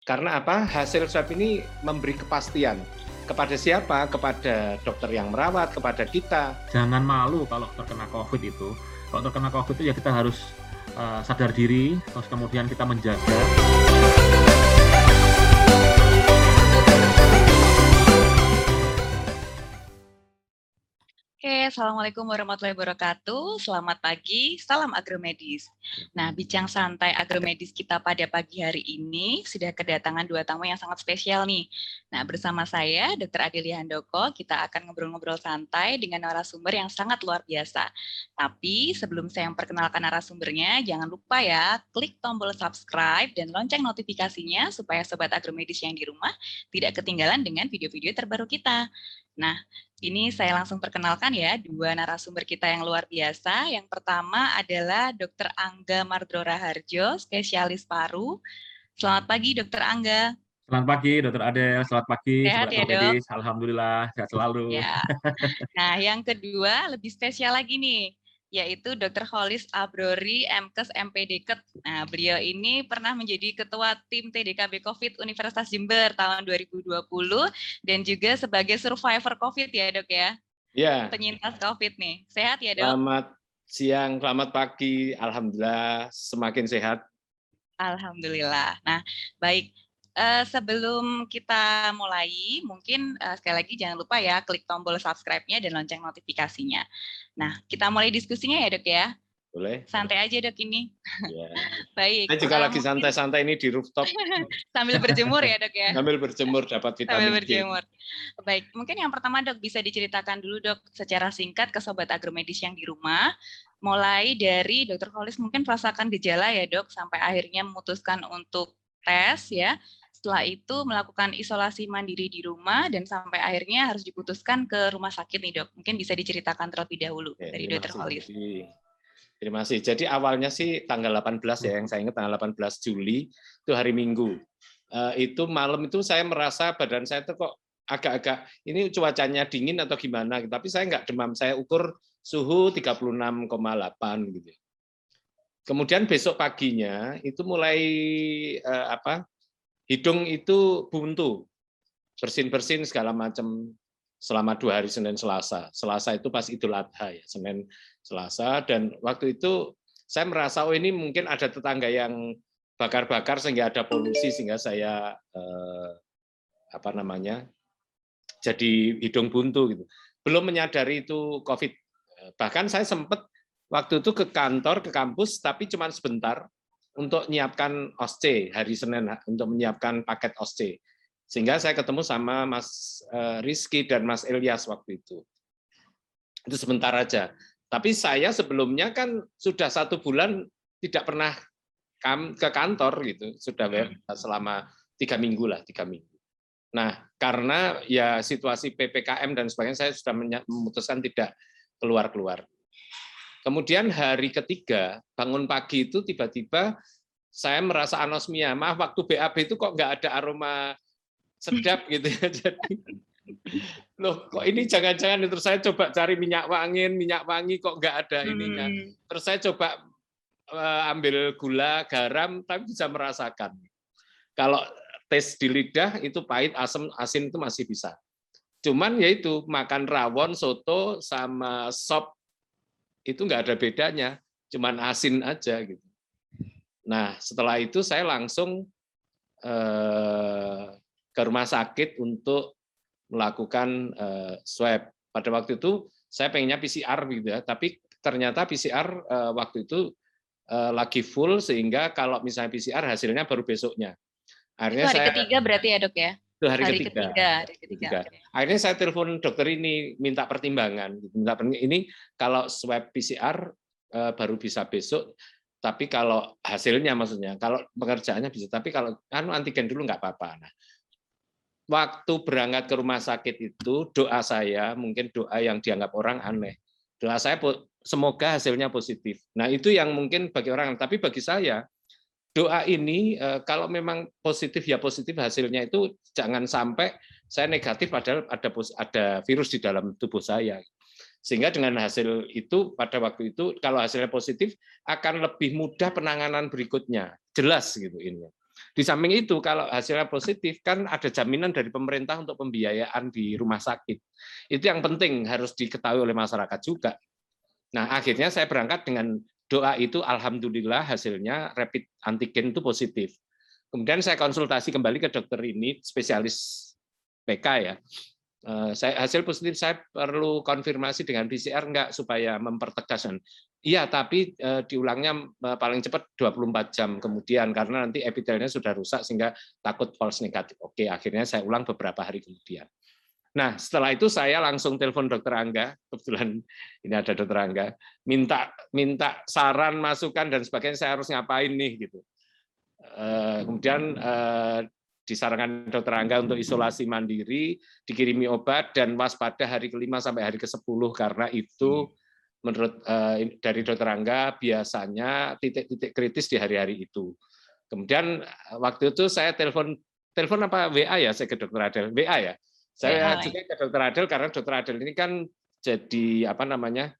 Karena apa? Hasil swab ini memberi kepastian. Kepada siapa? Kepada dokter yang merawat, kepada kita. Jangan malu kalau terkena COVID itu. Kalau terkena COVID itu ya kita harus sadar diri, terus kemudian kita menjaga. Oke, Assalamualaikum warahmatullahi wabarakatuh. Selamat pagi, salam agromedis. Nah, bincang santai agromedis kita pada pagi hari ini sudah kedatangan dua tamu yang sangat spesial nih. Nah, bersama saya, Dr. Adelia Handoko, kita akan ngobrol-ngobrol santai dengan narasumber yang sangat luar biasa. Tapi sebelum saya memperkenalkan narasumbernya, jangan lupa ya, klik tombol subscribe dan lonceng notifikasinya supaya sobat agromedis yang di rumah tidak ketinggalan dengan video-video terbaru kita. Nah, ini saya langsung perkenalkan ya, dua narasumber kita yang luar biasa. Yang pertama adalah Dr. Angga Mardrora Harjo, spesialis paru. Selamat pagi, Dr. Angga. Selamat pagi, Dr. Adel. Selamat pagi, Sehat Sobat ya, Agromedis. Dok? Alhamdulillah, sehat selalu. Ya. Nah, yang kedua lebih spesial lagi nih, yaitu Dr. Holis Abrori, MKes MPDket. Nah, beliau ini pernah menjadi Ketua Tim TDKB COVID Universitas Jember tahun 2020 dan juga sebagai survivor COVID ya, Dok ya? Ya. Penyintas COVID nih. Sehat ya, Dok? Selamat siang, selamat pagi. Alhamdulillah semakin sehat. Alhamdulillah. Nah, baik. Sebelum kita mulai, mungkin sekali lagi jangan lupa ya, klik tombol subscribe-nya dan lonceng notifikasinya. Nah, kita mulai diskusinya ya, Dok ya? Boleh. Santai aja, Dok, ini. Ya. Baik. Saya juga lagi santai-santai ini di rooftop. Sambil berjemur ya, Dok ya? Sambil berjemur dapat vitamin Sambil D. berjemur. Baik, mungkin yang pertama, Dok, bisa diceritakan dulu, Dok, secara singkat ke Sobat Agromedis yang di rumah. Mulai dari Dr. Holis mungkin merasakan gejala ya, Dok, sampai akhirnya memutuskan untuk tes ya. Setelah itu melakukan isolasi mandiri di rumah dan sampai akhirnya harus diputuskan ke rumah sakit nih, Dok. Mungkin bisa diceritakan terlebih dahulu dari Dr. Holis. Terima kasih. Jadi awalnya sih tanggal 18 ya, yang saya ingat tanggal 18 Juli itu hari Minggu. Itu malam itu saya merasa badan saya tuh kok agak-agak ini cuacanya dingin atau gimana, tapi saya nggak demam. Saya ukur suhu 36,8 gitu. Kemudian besok paginya itu mulai hidung itu buntu, bersin-bersin segala macam selama 2 hari Senin Selasa. Selasa itu pas Idul Adha ya, Senin Selasa, dan waktu itu saya merasa ini mungkin ada tetangga yang bakar-bakar sehingga ada polusi sehingga saya jadi hidung buntu gitu. Belum menyadari itu COVID. Bahkan saya sempat waktu itu ke kantor, ke kampus, tapi cuma sebentar untuk menyiapkan OSCE hari Senin, untuk menyiapkan paket OSCE. Sehingga saya ketemu sama Mas Rizky dan Mas Ilyas waktu itu. Itu sebentar aja. Tapi saya sebelumnya kan sudah 1 bulan tidak pernah ke kantor gitu, sudah selama 3 minggu lah, 3 minggu. Nah, karena ya situasi PPKM dan sebagainya, saya sudah memutuskan tidak keluar-keluar. Kemudian hari ketiga, bangun pagi itu tiba-tiba saya merasa anosmia. Maaf, waktu BAB itu kok nggak ada aroma sedap gitu ya. Jadi, loh kok ini jangan-jangan, terus saya coba cari minyak wangi kok nggak ada ininya. Terus saya coba ambil gula, garam, tapi bisa merasakan. Kalau tes di lidah itu pahit, asam, asin itu masih bisa. Cuman yaitu makan rawon, soto, sama sop itu nggak ada bedanya, cuman asin aja gitu. Nah, setelah itu saya langsung ke rumah sakit untuk melakukan swab. Pada waktu itu saya pengennya PCR gitu ya, tapi ternyata PCR waktu itu lagi full sehingga kalau misalnya PCR hasilnya baru besoknya. Akhirnya itu hari ketiga berarti ya, Dok ya? Itu hari ketiga. Akhirnya saya telepon dokter ini minta pertimbangan. Ini kalau swab PCR baru bisa besok, tapi kalau hasilnya maksudnya, kalau pengerjaannya bisa, tapi kalau antigen dulu nggak apa-apa. Nah, waktu berangkat ke rumah sakit itu doa saya, mungkin doa yang dianggap orang aneh. Doa saya semoga hasilnya positif. Nah, itu yang mungkin bagi orang, tapi bagi saya doa ini kalau memang positif ya positif hasilnya, itu jangan sampai saya negatif padahal ada virus di dalam tubuh saya. Sehingga dengan hasil itu pada waktu itu kalau hasilnya positif akan lebih mudah penanganan berikutnya, jelas gitu ini. Di samping itu, kalau hasilnya positif, kan ada jaminan dari pemerintah untuk pembiayaan di rumah sakit. Itu yang penting, harus diketahui oleh masyarakat juga. Nah, akhirnya saya berangkat dengan doa itu, alhamdulillah hasilnya rapid antigen itu positif. Kemudian saya konsultasi kembali ke dokter ini, spesialis PK ya. Hasil positif saya perlu konfirmasi dengan PCR enggak supaya mempertegas. Iya, tapi diulangnya paling cepat 24 jam kemudian karena nanti epitelnya sudah rusak sehingga takut false negatif. Oke, akhirnya saya ulang beberapa hari kemudian. Nah, setelah itu saya langsung telepon dokter Angga, kebetulan ini ada dokter Angga, minta saran, masukan dan sebagainya, saya harus ngapain nih gitu. Kemudian disarankan dokter Angga untuk isolasi mandiri, dikirimi obat dan waspada hari ke-5 sampai hari ke-10 karena itu menurut dari dokter Angga biasanya titik-titik kritis di hari-hari itu. Kemudian waktu itu saya telepon apa WA ya, saya ke dokter Adel, WA ya. Saya juga ke dokter Adel karena dokter Adel ini kan jadi apa namanya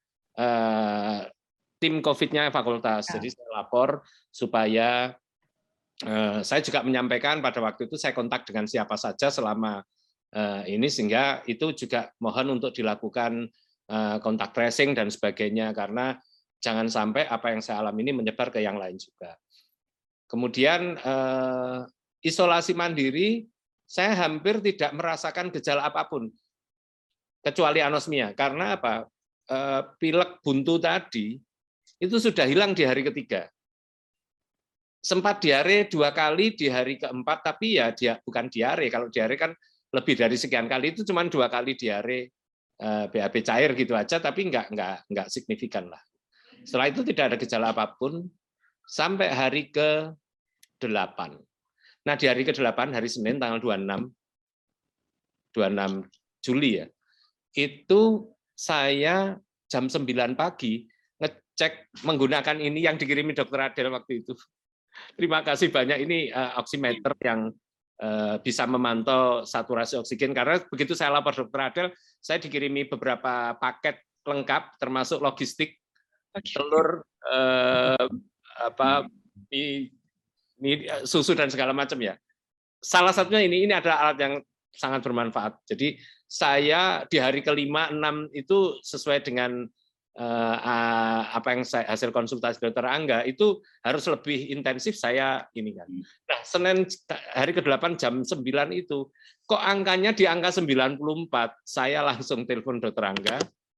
tim COVID-nya fakultas. Jadi saya lapor supaya saya juga menyampaikan pada waktu itu saya kontak dengan siapa saja selama ini sehingga itu juga mohon untuk dilakukan kontak tracing dan sebagainya karena jangan sampai apa yang saya alami ini menyebar ke yang lain juga. Kemudian isolasi mandiri saya hampir tidak merasakan gejala apapun kecuali anosmia karena apa? Pilek buntu tadi itu sudah hilang di hari ketiga. Sempat diare 2 kali di hari keempat, tapi ya dia bukan diare. Kalau diare kan lebih dari sekian kali, itu cuma 2 kali diare BAB cair gitu aja, tapi nggak signifikan lah. Setelah itu tidak ada gejala apapun sampai hari ke-8. Nah di hari ke-8, hari Senin tanggal 26 Juli ya, itu saya jam 9 pagi ngecek menggunakan ini yang dikirimi dokter Adel waktu itu. Terima kasih banyak, ini oximeter yang bisa memantau saturasi oksigen karena begitu saya lapor dokter Adel, saya dikirimi beberapa paket lengkap termasuk logistik, telur, susu dan segala macam ya. Salah satunya ini adalah alat yang sangat bermanfaat. Jadi saya di hari ke-5, 6 itu sesuai dengan apa yang hasil konsultasi dokter Angga itu harus lebih intensif saya ini kan. Nah, Senin hari ke-8 jam 9 itu kok angkanya di angka 94. Saya langsung telepon dokter Angga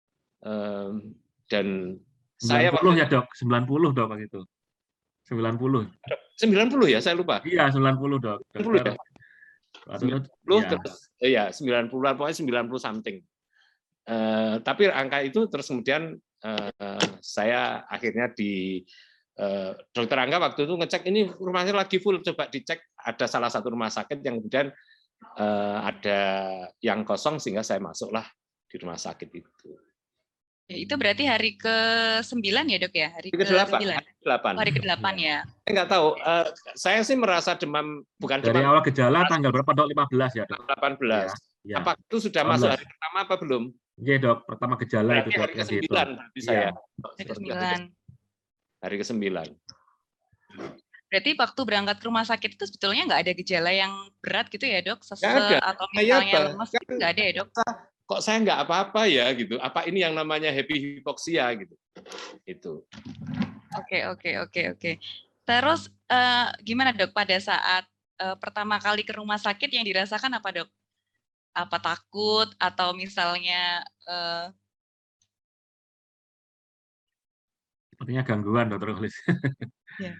dan 90 saya ya, Dok. 90 Dok waktu itu. 90 ya, saya lupa. Iya, 90 Dok. 90 ya. 90 terus ya 90-an pokoknya 90 something. Tapi angka itu terus kemudian saya akhirnya di dokter Angga waktu itu ngecek ini rumahnya lagi full, coba dicek ada salah satu rumah sakit yang kemudian ada yang kosong sehingga saya masuklah di rumah sakit itu. Itu berarti hari ke-9 ya dok ya? Hari ke-8. Hari ke-8 ya? Saya nggak tahu, saya sih merasa demam bukan dari cuma awal gejala tanggal berapa Dok? 15 ya Dok? 18. Ya. Apakah itu sudah 18. Masuk hari pertama apa belum? Iya Dok, pertama gejala berarti itu Dok. Hari ke-9 berarti saya. Hari ke-9. Hari ke-9. Berarti waktu berangkat ke rumah sakit itu sebetulnya nggak ada gejala yang berat gitu ya dok? Ada. Atau misalnya lemas gitu nggak ada ya dok? Kok saya nggak apa-apa ya gitu? Apa ini yang namanya happy hypoxia gitu? Itu. Oke. Terus gimana dok pada saat pertama kali ke rumah sakit yang dirasakan apa dok? Apa takut atau misalnya? Sepertinya gangguan dokter Khulis. Ya.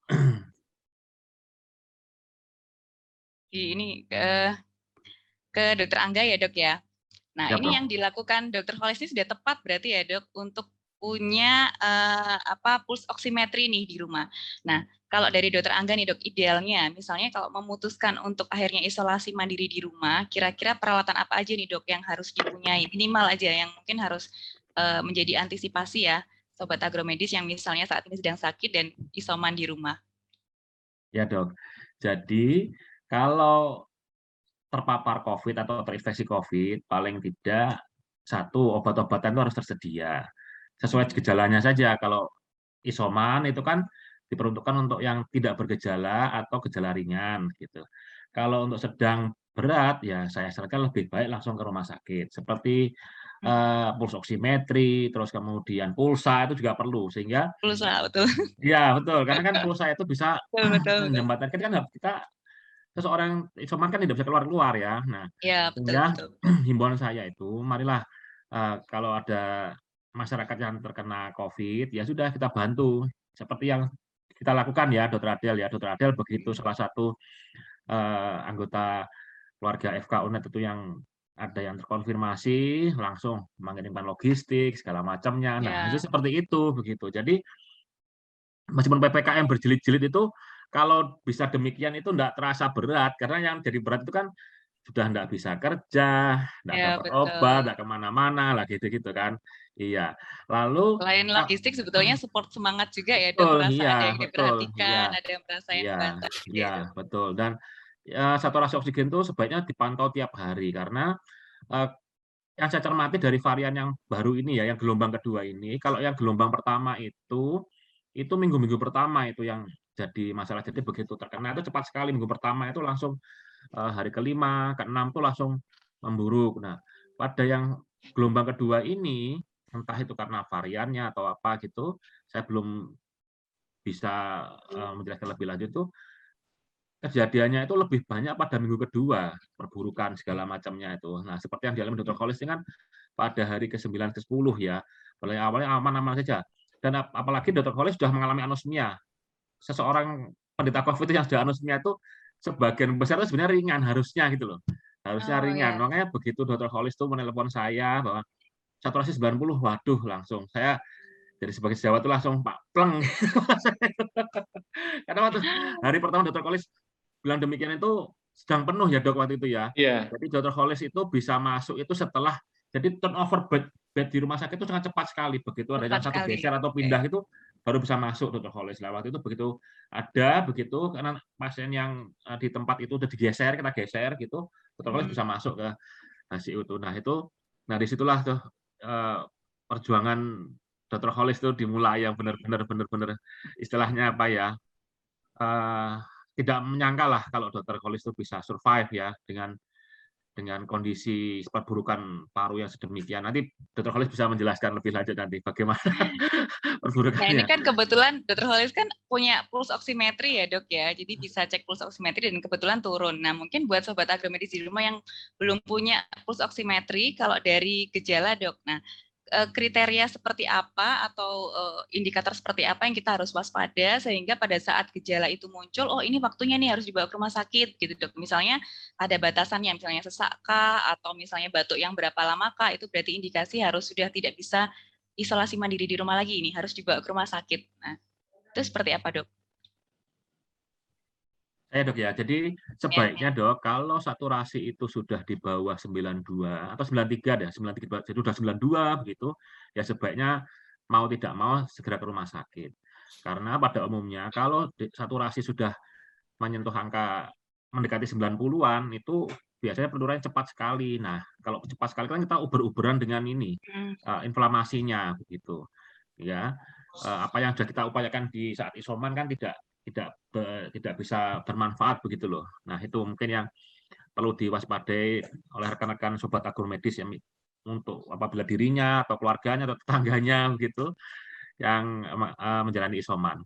Ini ke dokter Angga ya dok ya. Nah ya, ini yang dilakukan dokter Khulis ini sudah tepat berarti ya dok untuk punya puls oximetry nih di rumah. Nah kalau dari dokter Angga nih dok, idealnya misalnya kalau memutuskan untuk akhirnya isolasi mandiri di rumah, kira-kira peralatan apa aja nih dok yang harus dipunyai, minimal aja yang mungkin harus menjadi antisipasi ya sobat agromedis yang misalnya saat ini sedang sakit dan isoman di rumah. Ya dok, jadi kalau terpapar COVID atau terinfeksi COVID, paling tidak satu obat-obatan itu harus tersedia. Sesuai gejalanya saja. Kalau isoman itu kan diperuntukkan untuk yang tidak bergejala atau gejala ringan gitu. Kalau untuk sedang berat ya saya sarankan lebih baik langsung ke rumah sakit. Seperti pulse oximetri, terus kemudian pulsa itu juga perlu sehingga Pulsa, betul. ya betul, karena kan pulsa itu bisa Betul betul betul. menjembatani kan kita seseorang isoman kan tidak bisa keluar-keluar ya. Nah, Iya, betul sehingga betul. himbauan saya itu marilah kalau ada masyarakat yang terkena COVID, ya sudah kita bantu. Seperti yang kita lakukan ya, Dokter Adel ya. Dokter Adel begitu salah satu anggota keluarga FK UNED itu yang ada yang terkonfirmasi, langsung mengirimkan logistik segala macamnya. Nah, itu Ya, seperti itu begitu. Jadi meskipun PPKM berjilid-jilid itu kalau bisa demikian itu enggak terasa berat, karena yang jadi berat itu kan sudah enggak bisa kerja, enggak ya dapat obat, betul. enggak kemana-mana lah gitu-gitu kan. Iya. Lalu Selain logistik sebetulnya support semangat juga ya dok, betul, merasa ada iya, yang betul, iya, diperhatikan, ada yang merasa yang iya, membantu juga iya, ya dok. betul. Dan saturasi oksigen itu sebaiknya dipantau tiap hari karena eee, yang saya cermati dari varian yang baru ini ya, yang gelombang kedua ini, kalau yang gelombang pertama itu minggu-minggu pertama itu yang jadi masalah. Jadi begitu terkena itu cepat sekali, minggu pertama itu langsung, hari ke-5, ke-6 tuh langsung memburuk. Nah, pada yang gelombang kedua ini, entah itu karena variannya atau apa gitu, saya belum bisa, menjelaskan lebih lanjut tuh, kejadiannya itu lebih banyak pada minggu kedua, perburukan segala macamnya itu. Nah, seperti yang dialami Dokter Kholis ini kan pada hari ke-9, ke-10 ya. Kalau yang awalnya aman-aman saja. Dan apalagi Dokter Kholis sudah mengalami anosmia. Seseorang penderita COVID yang sudah anosmia itu sebagian besar itu sebenarnya ringan harusnya gitu loh. Harusnya Oh ringan. ya, Makanya begitu Dokter Kholis tuh menelpon saya bahwa saturasi 90, waduh langsung saya dari sebagai sejawat itu langsung pak pleng. Karena waktu hari pertama Dokter Kholis bilang demikian itu sedang penuh ya Dok waktu itu ya. Iya. Jadi Dokter Kholis itu bisa masuk itu setelah jadi turnover bed di rumah sakit itu sangat cepat sekali. Begitu ada tepat yang satu sekali. geser atau Oke. pindah itu baru bisa masuk Dokter Kholis. Nah, waktu itu begitu begitu karena pasien yang di tempat itu udah digeser, kita geser gitu, Dokter Kholis bisa masuk ke HCU itu. Nah disitulah tuh perjuangan Dokter Kholis itu dimulai yang benar-benar istilahnya apa ya? eee, Tidak menyangka lah kalau Dokter Kholis itu bisa survive ya dengan kondisi perburukan paru yang sedemikian. Nanti Dokter Kholis bisa menjelaskan lebih lanjut nanti bagaimana Nah ini perburukannya. kan kebetulan Dr. Holis kan punya pulse oximetry ya dok ya, jadi bisa cek pulse oximetry dan kebetulan turun. Nah mungkin buat sobat agromedis di rumah yang belum punya pulse oximetry, kalau dari gejala dok, nah kriteria seperti apa atau indikator seperti apa yang kita harus waspada sehingga pada saat gejala itu muncul, oh ini waktunya nih harus dibawa ke rumah sakit gitu dok. Misalnya ada batasannya, misalnya sesak kah atau misalnya batuk yang berapa lama kah, itu berarti indikasi harus sudah tidak bisa isolasi mandiri di rumah lagi, ini harus dibawa ke rumah sakit. Nah, itu seperti apa dok? Saya Dok ya, jadi Ya, sebaiknya Dok kalau saturasi itu sudah di bawah 92 atau 93 deh, 93 jadi udah 92 begitu, ya sebaiknya mau tidak mau segera ke rumah sakit. Karena pada umumnya kalau saturasi sudah menyentuh angka mendekati 90-an itu biasanya penurunan cepat sekali. Nah, kalau cepat sekali kan kita uber-uberan dengan ini, inflamasinya begitu. Ya, apa yang sudah kita upayakan di saat isoman kan tidak bisa bermanfaat begitu loh. Nah, itu mungkin yang perlu diwaspadai oleh rekan-rekan sobat agromedis yang untuk apabila dirinya atau keluarganya atau tetangganya begitu yang menjalani isoman.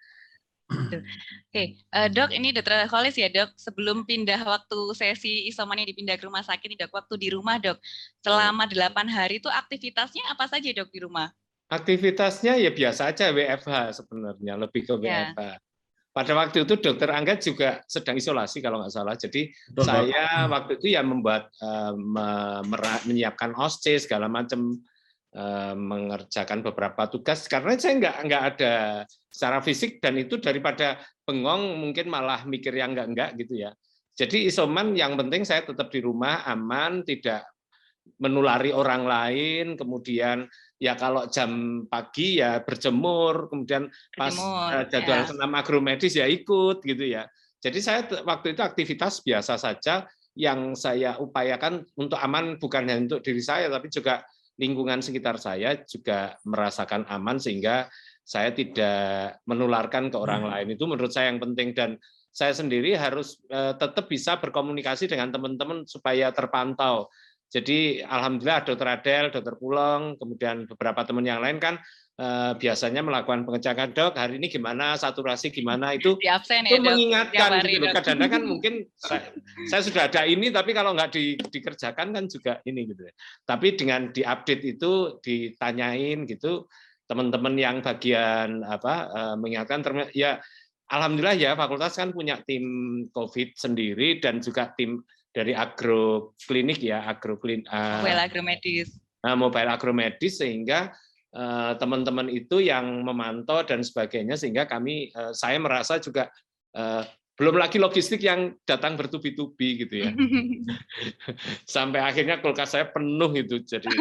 Oke, dok, ini Dokter Kholis ya dok. Sebelum pindah waktu sesi isomannya dipindah ke rumah sakit, nih dok, waktu di rumah dok, selama 8 hari itu aktivitasnya apa saja dok di rumah? Aktivitasnya ya biasa aja WFH sebenarnya, lebih ke Ya, WFH. Pada waktu itu Dokter Angga juga sedang isolasi kalau nggak salah. Jadi Betul, Dok. saya waktu itu ya membuat menyiapkan OSCE segala macam, mengerjakan beberapa tugas karena saya nggak ada secara fisik dan itu daripada bengong mungkin malah mikir yang enggak gitu ya. Jadi isoman yang penting saya tetap di rumah aman, tidak menulari orang lain, kemudian ya kalau jam pagi ya berjemur, kemudian pas berjemur, jadwal ya. senam agromedis ya ikut gitu ya. Jadi saya waktu itu aktivitas biasa saja yang saya upayakan untuk aman bukan hanya untuk diri saya tapi juga lingkungan sekitar saya juga merasakan aman sehingga saya tidak menularkan ke orang lain. Itu menurut saya yang penting, dan saya sendiri harus tetap bisa berkomunikasi dengan teman-teman supaya terpantau. Jadi alhamdulillah Dokter Adel, Dokter Pulong, kemudian beberapa teman yang lain kan biasanya melakukan pengecekan, Dok, hari ini gimana, saturasi gimana, itu absen, ya, Dok, mengingatkan hari, gitu loh. Dok. Kadang-kadang kan mungkin saya sudah ada ini, tapi kalau nggak dikerjakan kan juga ini gitu. Tapi dengan diupdate itu, ditanyain gitu, teman-teman yang bagian mengingatkan, ya alhamdulillah ya fakultas kan punya tim COVID sendiri dan juga tim dari agroklinik ya, mobile agromedis. Mobile agromedis, sehingga teman-teman itu yang memantau dan sebagainya, sehingga saya merasa juga belum lagi logistik yang datang bertubi-tubi gitu ya. Sampai akhirnya kulkas saya penuh itu. Jadi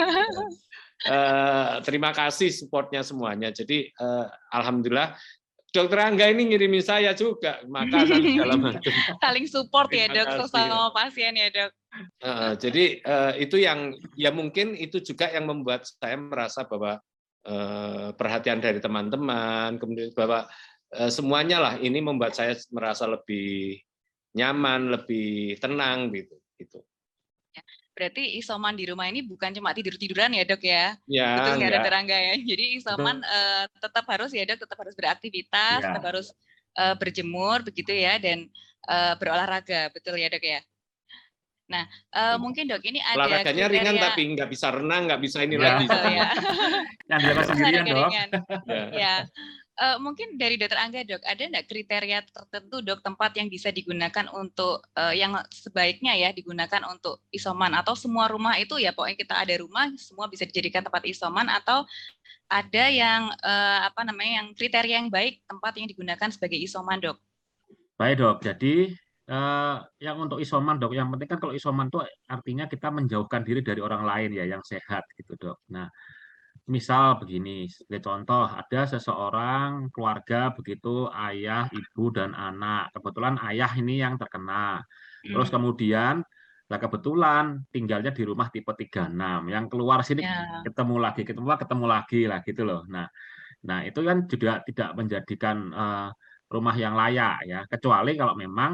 terima kasih supportnya semuanya. Jadi alhamdulillah Dokter Angga ini ngirimin saya juga makanan segala macam. Saling support ya, Dok, sesama pasien ya, Dok. Jadi itu yang ya mungkin itu juga yang membuat saya merasa bahwa perhatian dari teman-teman, kemudian bahwa semuanya lah ini membuat saya merasa lebih nyaman, lebih tenang gitu. Berarti isoman di rumah ini bukan cuma tidur-tiduran ya, Dok ya? Ya, betul nggak, Dokter Angga ya? Jadi isoman tetap harus ya, Dok, tetap harus beraktivitas, tetap harus berjemur begitu ya, dan berolahraga, betul ya, Dok ya? Nah, mungkin Dok ini ada olahraganya ringan tapi nggak bisa renang, nggak bisa ini lagi. Betul ya. Yang dilakukan sendirian, Dok. Ya. Mungkin dari Dokter Angga, Dok, ada nggak kriteria tertentu, Dok, tempat yang bisa digunakan untuk yang sebaiknya ya digunakan untuk isoman, atau semua rumah itu ya pokoknya kita ada rumah semua bisa dijadikan tempat isoman, atau ada yang yang kriteria yang baik tempat yang digunakan sebagai isoman, Dok? Baik, Dok. Jadi yang untuk isoman, Dok, yang penting kan kalau isoman itu artinya kita menjauhkan diri dari orang lain ya yang sehat gitu, Dok. Nah, misal begini, sebagai contoh, ada seseorang keluarga begitu, ayah, ibu, dan anak. Kebetulan ayah ini yang terkena. Terus kemudian, kebetulan tinggalnya di rumah tipe 36. Yang keluar sini ketemu lagi lah gitu loh. Nah itu kan juga tidak menjadikan rumah yang layak ya, kecuali kalau memang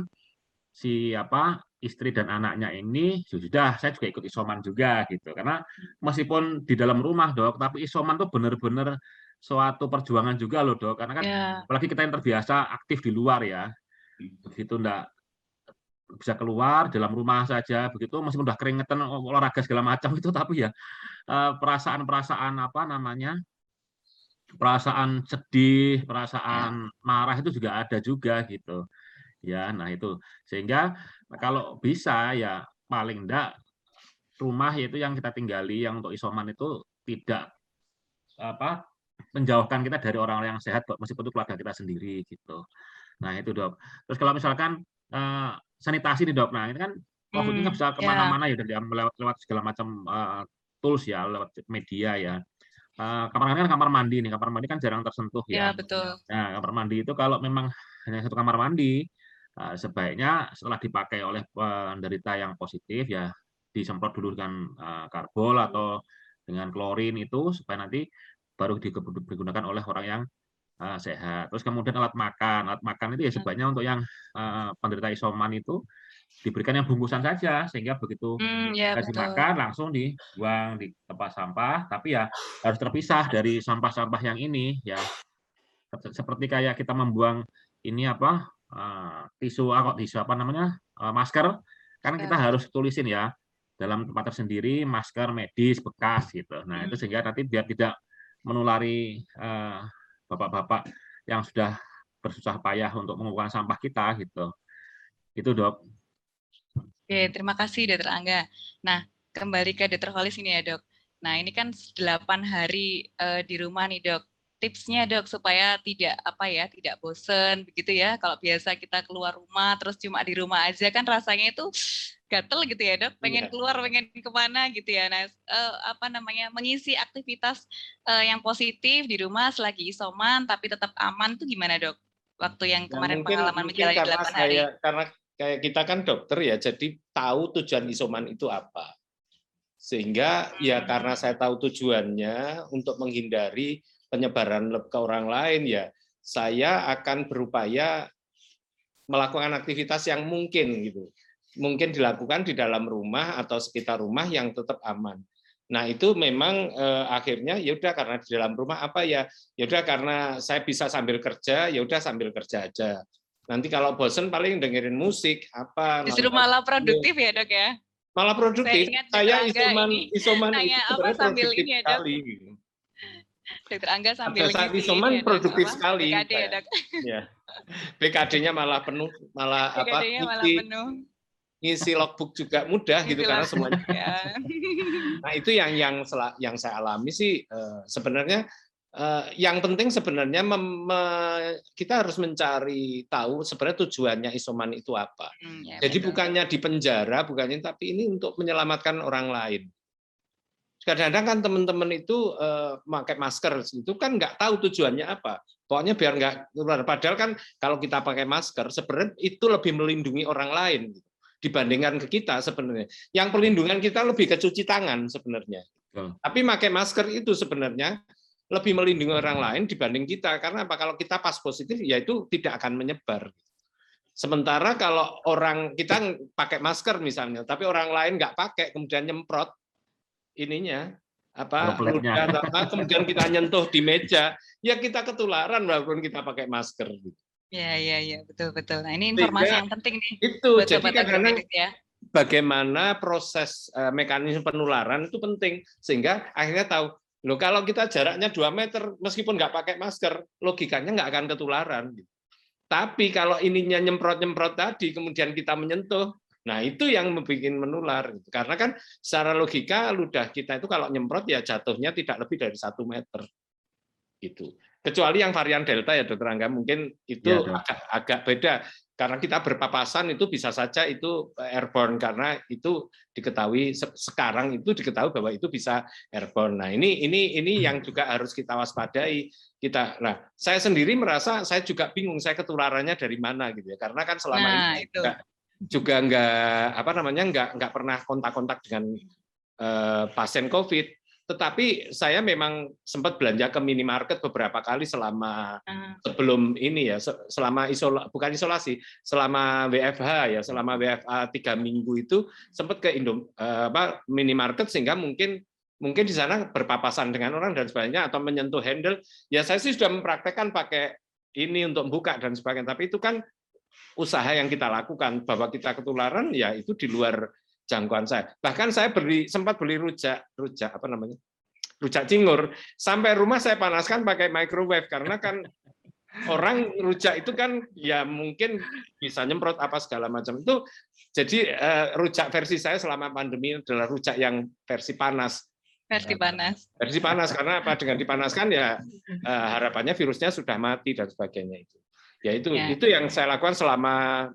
istri dan anaknya ini sudah, saya juga ikut isoman juga gitu, karena meskipun di dalam rumah, Dok, tapi isoman tuh benar-benar suatu perjuangan juga loh, Dok, karena kan apalagi kita yang terbiasa aktif di luar ya, begitu enggak bisa keluar, dalam rumah saja begitu, meskipun udah keringetan olahraga segala macam itu, tapi ya perasaan-perasaan perasaan sedih, perasaan marah itu juga ada juga gitu. Ya, nah itu sehingga kalau bisa ya paling enggak rumah itu yang kita tinggali yang untuk isoman itu tidak menjauhkan kita dari orang-orang yang sehat, meskipun itu keluarga kita sendiri gitu. Nah itu, Dok. Terus kalau misalkan sanitasi nih, Dok, nah ini kan COVID ini kan bisa kemana-mana ya, lewat segala macam tools ya, lewat media ya. Kamar mandi kan jarang tersentuh ya. Betul. Nah, kamar mandi itu kalau memang hanya satu kamar mandi, sebaiknya setelah dipakai oleh penderita yang positif ya disemprot dulu dengan karbol atau dengan klorin itu supaya nanti baru digunakan oleh orang yang sehat. Terus kemudian alat makan itu ya sebaiknya untuk yang penderita isoman itu diberikan yang bungkusan saja, sehingga begitu kasih makan langsung dibuang di tempat sampah, tapi ya harus terpisah dari sampah-sampah yang ini ya, seperti kayak kita membuang ini tisu masker kan kita harus tulisin ya dalam tempat tersendiri, masker medis bekas gitu. Nah itu sehingga nanti biar tidak menulari bapak-bapak yang sudah bersusah payah untuk mengumpulkan sampah kita gitu. Itu, Dok. Oke, terima kasih Dokter Angga. Nah, kembali ke Dokter Holis ini ya, Dok. Nah, ini kan 8 hari di rumah nih, Dok. Tipsnya, Dok, supaya tidak tidak bosen begitu ya. Kalau biasa kita keluar rumah terus cuma di rumah aja kan rasanya itu gatel gitu ya, Dok. Pengen keluar, pengen kemana gitu ya. Nah, mengisi aktivitas yang positif di rumah selagi isoman tapi tetap aman tuh gimana, Dok? Waktu yang kemarin pengalaman menjalani 8 hari. Karena kayak kita kan dokter ya, jadi tahu tujuan isoman itu apa. Sehingga ya karena saya tahu tujuannya untuk menghindari penyebaran ke orang lain, ya saya akan berupaya melakukan aktivitas yang mungkin gitu. Mungkin dilakukan di dalam rumah atau sekitar rumah yang tetap aman. Nah, itu memang akhirnya ya udah karena di dalam rumah apa ya udah karena saya bisa sambil kerja, ya udah sambil kerja aja. Nanti kalau bosen paling dengerin musik apa Justru nonton. malah produktif ya, Dok ya. Malah produktif. Saya ingat Saya Dr. Angga isoman ini itu tanya apa sebenarnya sambil produktif ini ya, Dok. sekali. Gitu. Dokter Angga sambil Pada saat ngisi isoman ini ya, Dok, produktif apa? sekali. BKD ya, Dok. Ya. BKD-nya malah penuh, malah apa? BKD-nya malah penuh. Ngisi logbook juga mudah gitu karena semuanya. Ya. Nah, itu yang saya alami sih sebenarnya yang penting sebenarnya kita harus mencari tahu sebenarnya tujuannya isoman itu apa. Ya, jadi betul. bukannya di penjara, bukannya, tapi ini untuk menyelamatkan orang lain. Kadang-kadang kan teman-teman itu pakai masker, itu kan nggak tahu tujuannya apa. Pokoknya biar nggak keluar. Padahal kan kalau kita pakai masker, sebenarnya itu lebih melindungi orang lain dibandingkan ke kita sebenarnya. Yang pelindungan kita lebih ke cuci tangan sebenarnya. Tapi pakai masker itu sebenarnya lebih melindungi orang lain dibanding kita. Karena apa? Kalau kita pas positif, ya itu tidak akan menyebar. Sementara kalau orang kita pakai masker misalnya, tapi orang lain nggak pakai, kemudian nyemprot ininya apa ludah, kemudian kita nyentuh di meja, ya kita ketularan walaupun kita pakai masker. Ya, betul. Nah, ini informasi yang penting nih. Itu buat jadi kadang-kadang ya. Bagaimana proses mekanisme penularan itu penting sehingga akhirnya tahu loh, kalau kita jaraknya 2 meter meskipun nggak pakai masker, logikanya nggak akan ketularan. Tapi kalau ininya nyemprot-nyemprot tadi kemudian kita menyentuh, nah itu yang membuat menular. Karena kan secara logika ludah kita itu kalau nyemprot ya jatuhnya tidak lebih dari 1 meter. Gitu. Kecuali yang varian Delta ya Dokter Angga, mungkin itu ya, agak beda. Karena kita berpapasan itu bisa saja itu airborne, karena itu diketahui sekarang itu diketahui bahwa itu bisa airborne. Nah, ini yang juga harus kita waspadai. Nah, saya sendiri merasa saya juga bingung saya ketularannya dari mana gitu ya. Karena kan selama ini juga nggak pernah kontak-kontak dengan pasien COVID. Tetapi saya memang sempat belanja ke minimarket beberapa kali selama sebelum ini ya, selama bukan isolasi, selama WFH ya, selama WFH 3 minggu itu sempat ke minimarket sehingga mungkin di sana berpapasan dengan orang dan sebagainya atau menyentuh handle. Ya saya sih sudah mempraktekkan pakai ini untuk buka dan sebagainya, tapi itu kan usaha yang kita lakukan. Bahwa kita ketularan ya itu di luar jangkauan saya. Bahkan saya sempat beli rujak cingur, sampai rumah saya panaskan pakai microwave karena kan orang rujak itu kan ya mungkin bisa nyemprot apa segala macam itu. Jadi rujak versi saya selama pandemi adalah rujak yang versi panas. Versi panas karena apa? Dengan dipanaskan ya harapannya virusnya sudah mati dan sebagainya itu. Ya itu yang saya lakukan selama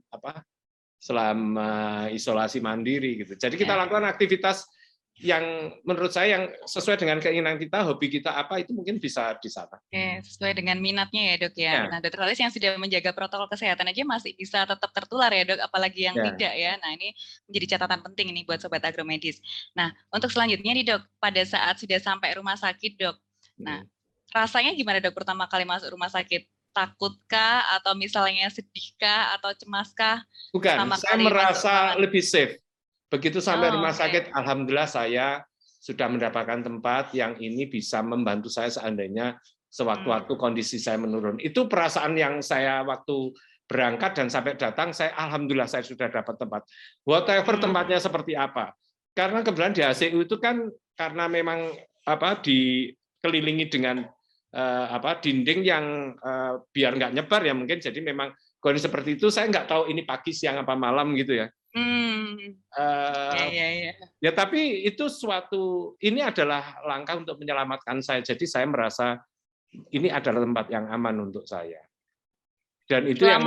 isolasi mandiri gitu. Jadi kita lakukan aktivitas yang menurut saya yang sesuai dengan keinginan kita, hobi kita apa itu mungkin bisa di sana. Sesuai dengan minatnya ya Dok ya. Nah, Dokter Alis yang sudah menjaga protokol kesehatan aja masih bisa tetap tertular ya Dok, apalagi yang tidak ya. Nah, ini menjadi catatan penting nih buat Sobat Agromedis. Nah, untuk selanjutnya nih Dok, pada saat sudah sampai rumah sakit Dok, nah rasanya gimana Dok pertama kali masuk rumah sakit? Takutkah atau misalnya sedihkah atau cemaskah? Bukan, saya merasa lebih safe. Begitu sampai rumah sakit, alhamdulillah saya sudah mendapatkan tempat yang ini bisa membantu saya seandainya sewaktu-waktu kondisi saya menurun. Itu perasaan yang saya waktu berangkat dan sampai datang, saya alhamdulillah saya sudah dapat tempat. Whatever tempatnya seperti apa. Karena kebetulan di HCU itu kan karena memang dikelilingi dengan dinding yang biar nggak nyebar ya mungkin, jadi memang kondisi seperti itu saya nggak tahu ini pagi siang apa malam gitu ya. Ya tapi itu ini adalah langkah untuk menyelamatkan saya, jadi saya merasa ini adalah tempat yang aman untuk saya dan itu yang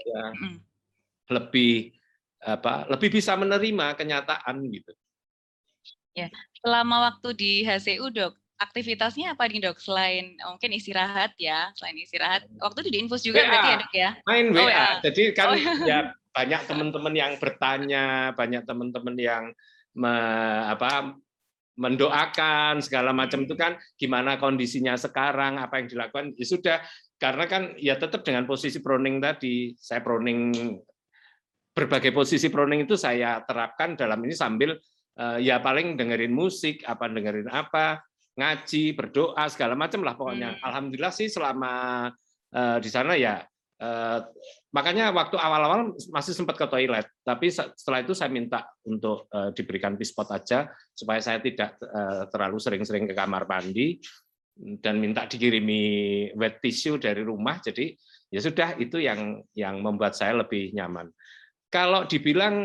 lebih bisa menerima kenyataan gitu. Ya, selama waktu di HCU Dok, aktivitasnya apa nih Dok? Selain mungkin istirahat ya, waktu itu diinfus juga berarti ya Dok ya? Main WA, jadi kan ya banyak teman-teman yang bertanya, banyak teman-teman yang mendoakan segala macam itu kan gimana kondisinya sekarang, apa yang dilakukan, ya sudah. Karena kan ya tetap dengan posisi proning tadi, saya proning, berbagai posisi proning itu saya terapkan dalam ini sambil ya paling dengerin musik, dengerin apa, ngaji, berdoa segala macam lah pokoknya. Alhamdulillah sih selama di sana ya, makanya waktu awal-awal masih sempat ke toilet, tapi setelah itu saya minta untuk diberikan pispot aja supaya saya tidak terlalu sering-sering ke kamar mandi, dan minta dikirimi wet tissue dari rumah. Jadi ya sudah, itu yang membuat saya lebih nyaman. Kalau dibilang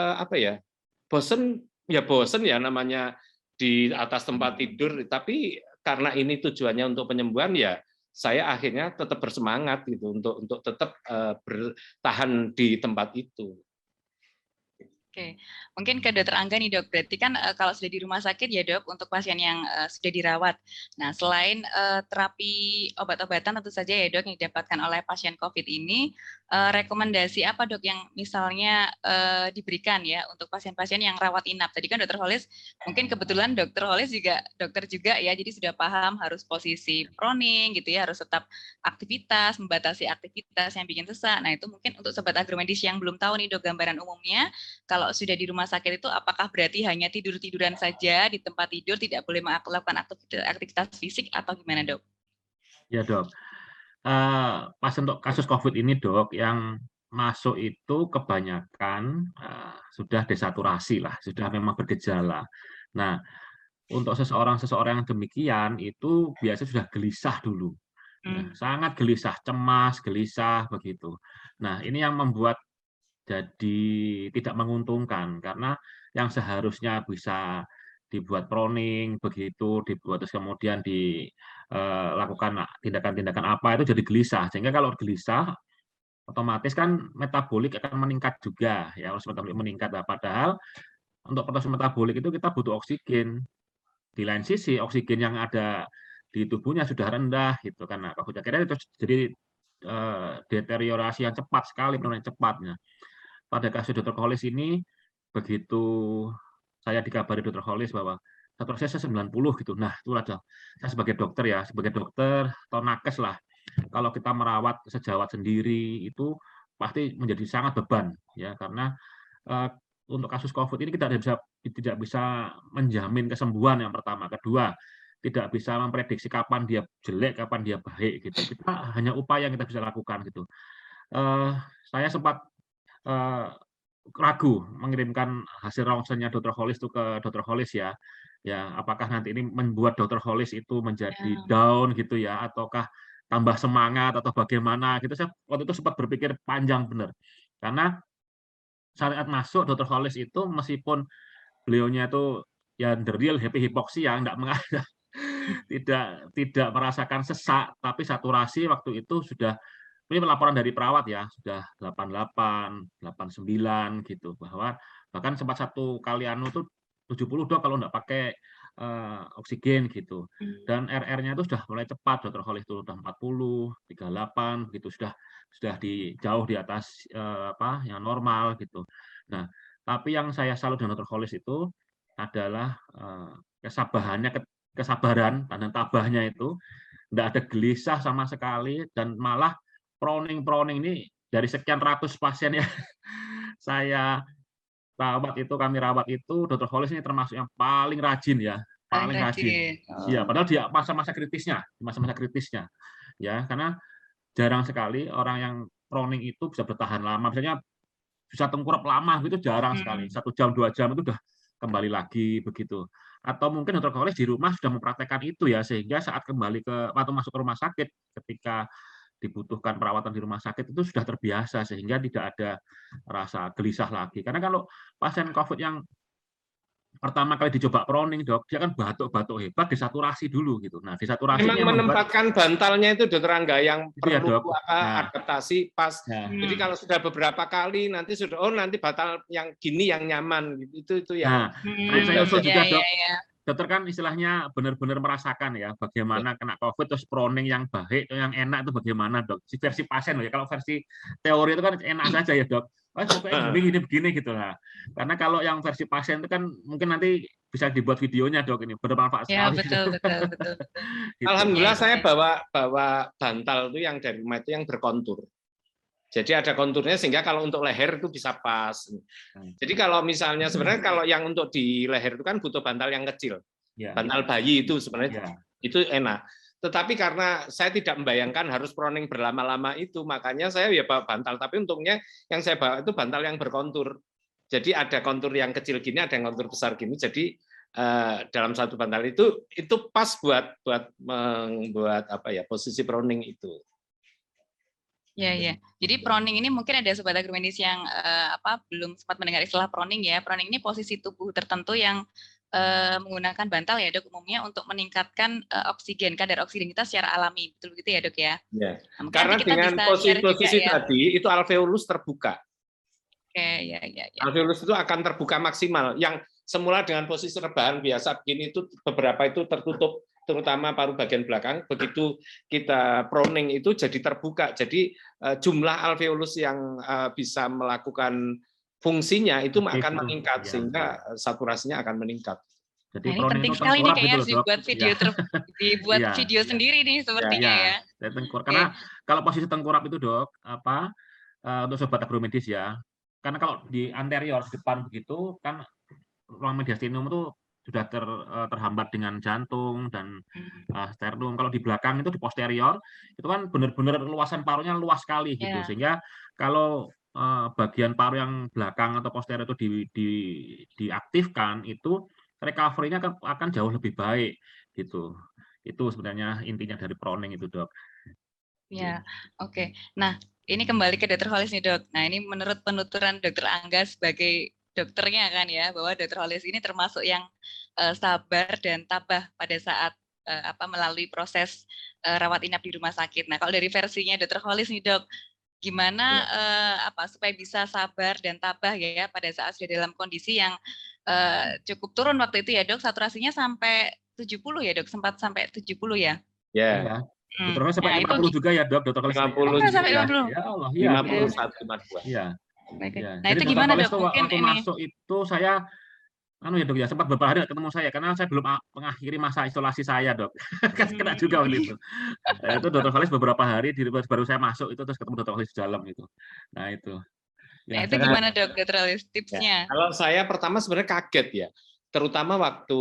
bosen ya, namanya di atas tempat tidur, tapi karena ini tujuannya untuk penyembuhan, ya saya akhirnya tetap bersemangat gitu untuk tetap bertahan di tempat itu. Oke, mungkin ke Dokter Angga nih Dok, berarti kan kalau sudah di rumah sakit ya Dok, untuk pasien yang sudah dirawat. Nah, selain terapi obat-obatan tentu saja ya Dok yang didapatkan oleh pasien COVID ini, rekomendasi apa Dok yang misalnya diberikan ya untuk pasien-pasien yang rawat inap? Tadi kan Dokter Holis, mungkin kebetulan Dokter Holis juga dokter juga ya, jadi sudah paham harus posisi proning gitu ya, harus tetap aktivitas, membatasi aktivitas yang bikin sesak. Nah, itu mungkin untuk sobat agromedis yang belum tahu nih Dok gambaran umumnya, kalau sudah di rumah sakit itu apakah berarti hanya tidur-tiduran saja di tempat tidur, tidak boleh melakukan aktivitas fisik atau gimana Dok? Ya Dok, pas untuk kasus COVID ini Dok, yang masuk itu kebanyakan sudah desaturasi lah, sudah memang bergejala. Nah, untuk seseorang yang demikian itu biasanya sudah gelisah dulu, ya, sangat gelisah, cemas, gelisah begitu. Nah, ini yang membuat jadi tidak menguntungkan, karena yang seharusnya bisa dibuat proning begitu, dibuat terus kemudian dilakukan tindakan-tindakan apa itu jadi gelisah, sehingga kalau gelisah otomatis kan metabolik akan meningkat juga ya, harus metabolik meningkat. Nah, padahal untuk proses metabolik itu kita butuh oksigen. Di lain sisi oksigen yang ada di tubuhnya sudah rendah gitu kan. Nah, akhirnya itu jadi deteriorasi yang cepat sekali, penurunan cepatnya. Pada kasus Dr. Holis ini, begitu saya dikabari Dr. Holis bahwa saturasi saya 90 gitu. Nah, itu ada saya sebagai dokter ya, sebagai dokter atau nakes lah. Kalau kita merawat sejawat sendiri itu pasti menjadi sangat beban ya, karena untuk kasus COVID ini kita tidak bisa menjamin kesembuhan yang pertama. Kedua, tidak bisa memprediksi kapan dia jelek, kapan dia baik gitu. Kita hanya upaya yang kita bisa lakukan gitu. Saya sempat ragu mengirimkan hasil ronsennya Dr. Holis itu ke Dr. Holis ya. Ya, apakah nanti ini membuat Dr. Holis itu menjadi down gitu ya, ataukah tambah semangat atau bagaimana gitu. Saya waktu itu sempat berpikir panjang benar. Karena saat masuk Dr. Holis itu meskipun beliaunya itu ya the real happy hypoxia, tidak merasakan sesak, tapi saturasi waktu itu sudah, ini laporan dari perawat ya, sudah 88, 89 gitu, bahwa bahkan sempat satu kali tuh 70 Dok kalau nggak pakai oksigen gitu. Dan RR-nya itu sudah mulai cepat, Dr. Holis itu sudah 40, 38 gitu, sudah jauh di atas yang normal gitu. Nah, tapi yang saya salut dengan Dr. Holis itu adalah kesabaran dan tabahnya itu, nggak ada gelisah sama sekali, dan malah proning ini dari sekian ratus pasien yang kami rawat itu, Dr. Holis ini termasuk yang paling rajin ya, paling rajin. Iya, padahal di masa-masa kritisnya, ya, karena jarang sekali orang yang proning itu bisa bertahan lama, misalnya bisa tengkurap lama gitu, jarang sekali. 1 jam 2 jam itu udah kembali lagi begitu. Atau mungkin Dr. Holis di rumah sudah mempraktekkan itu ya, sehingga saat kembali atau masuk ke rumah sakit, ketika dibutuhkan perawatan di rumah sakit itu sudah terbiasa, sehingga tidak ada rasa gelisah lagi. Karena kalau pasien COVID yang pertama kali dicoba proning Dok, dia kan batuk hebat, desaturasi dulu gitu. Nah, desaturasi memang menempatkan bantalnya itu Dokter Angga yang perlu adaptasi pas. Jadi kalau sudah beberapa kali nanti nanti bantal yang gini yang nyaman gitu, itu yang saya usul juga Dok. Dokter kan istilahnya benar-benar merasakan ya bagaimana kena COVID terus proning yang baik, yang enak itu bagaimana Dok? Si versi pasien ya, kalau versi teori itu kan enak saja ya Dok. Begini gitu lah. Karena kalau yang versi pasien itu kan mungkin nanti bisa dibuat videonya dok, ini bermanfaat Ya, sekali. betul. Gitu. Alhamdulillah Iya, saya iya. bawa bantal itu yang dari rumah itu yang berkontur. Jadi ada konturnya sehingga kalau untuk leher itu bisa pas. Jadi kalau misalnya sebenarnya kalau yang untuk di leher itu kan butuh bantal yang kecil. Ya. Bantal bayi itu sebenarnya Ya. itu enak. Tetapi karena saya tidak membayangkan harus proning berlama-lama itu, makanya saya ya bawa bantal. Tapi untungnya yang saya bawa itu bantal yang berkontur. Jadi ada kontur yang kecil gini, ada yang kontur besar gini. Jadi dalam satu bantal itu pas buat membuat apa ya posisi proning itu. Ya. Jadi proning ini mungkin ada sobat agromedis yang belum sempat mendengar istilah proning ya. Proning ini posisi tubuh tertentu yang menggunakan bantal ya dok umumnya untuk meningkatkan oksigen, kadar oksigen kita secara alami, betul begitu ya dok ya? Ya. Nah, karena kita dengan bisa posisi juga, tadi itu alveolus terbuka. Oke, ya. Alveolus itu akan terbuka maksimal. Yang semula dengan posisi rebahan biasa begini itu beberapa itu tertutup, terutama paru bagian belakang. Begitu kita proning itu jadi terbuka. Jadi jumlah alveolus yang bisa melakukan fungsinya itu akan meningkat sehingga saturasinya akan meningkat. Jadi nah, ini penting sekali nih kayaknya harus dibuat video dibuat video sendiri nih sepertinya ya. Karena kalau posisi tengkurap itu dok, untuk sobat agromedis ya, karena kalau di anterior depan begitu kan ruang mediastinum itu sudah terhambat dengan jantung dan sternum. Kalau di belakang itu di posterior itu kan benar-benar luasan parunya luas sekali gitu, sehingga kalau bagian paru yang belakang atau posterior itu diaktifkan itu recovery-nya akan jauh lebih baik gitu. Itu sebenarnya intinya dari proning itu dok. Ya, oke. Nah, ini kembali ke Dr. Hollis nih dok. Nah, ini menurut penuturan Dr. Angga sebagai dokternya kan ya, bahwa Dr. Hollis ini termasuk yang sabar dan tabah pada saat melalui proses rawat inap di rumah sakit. Nah, kalau dari versinya Dr. Hollis nih dok, gimana supaya bisa sabar dan tabah ya pada saat sudah dalam kondisi yang cukup turun waktu itu ya dok, saturasinya sampai 70 ya dok, sempat sampai 70 ya? Ya. Dokter Hollis sampai 50 juga ya dok, Dokter Hollis. 50 sampai 50. Ya Allah, iya. 51,2. Iya. Nah, itu gimana dok? Mungkin waktu masuk itu saya ya dok ya, sempat beberapa hari ketemu saya karena saya belum mengakhiri masa isolasi saya dok. Kena juga waktu itu. Itu Dokter Hollis beberapa hari baru saya masuk itu terus ketemu Dokter Hollis di dalam itu. Nah itu. Nah, itu gimana dok, Dokter Hollis tipsnya? Ya, kalau saya pertama sebenarnya kaget ya, terutama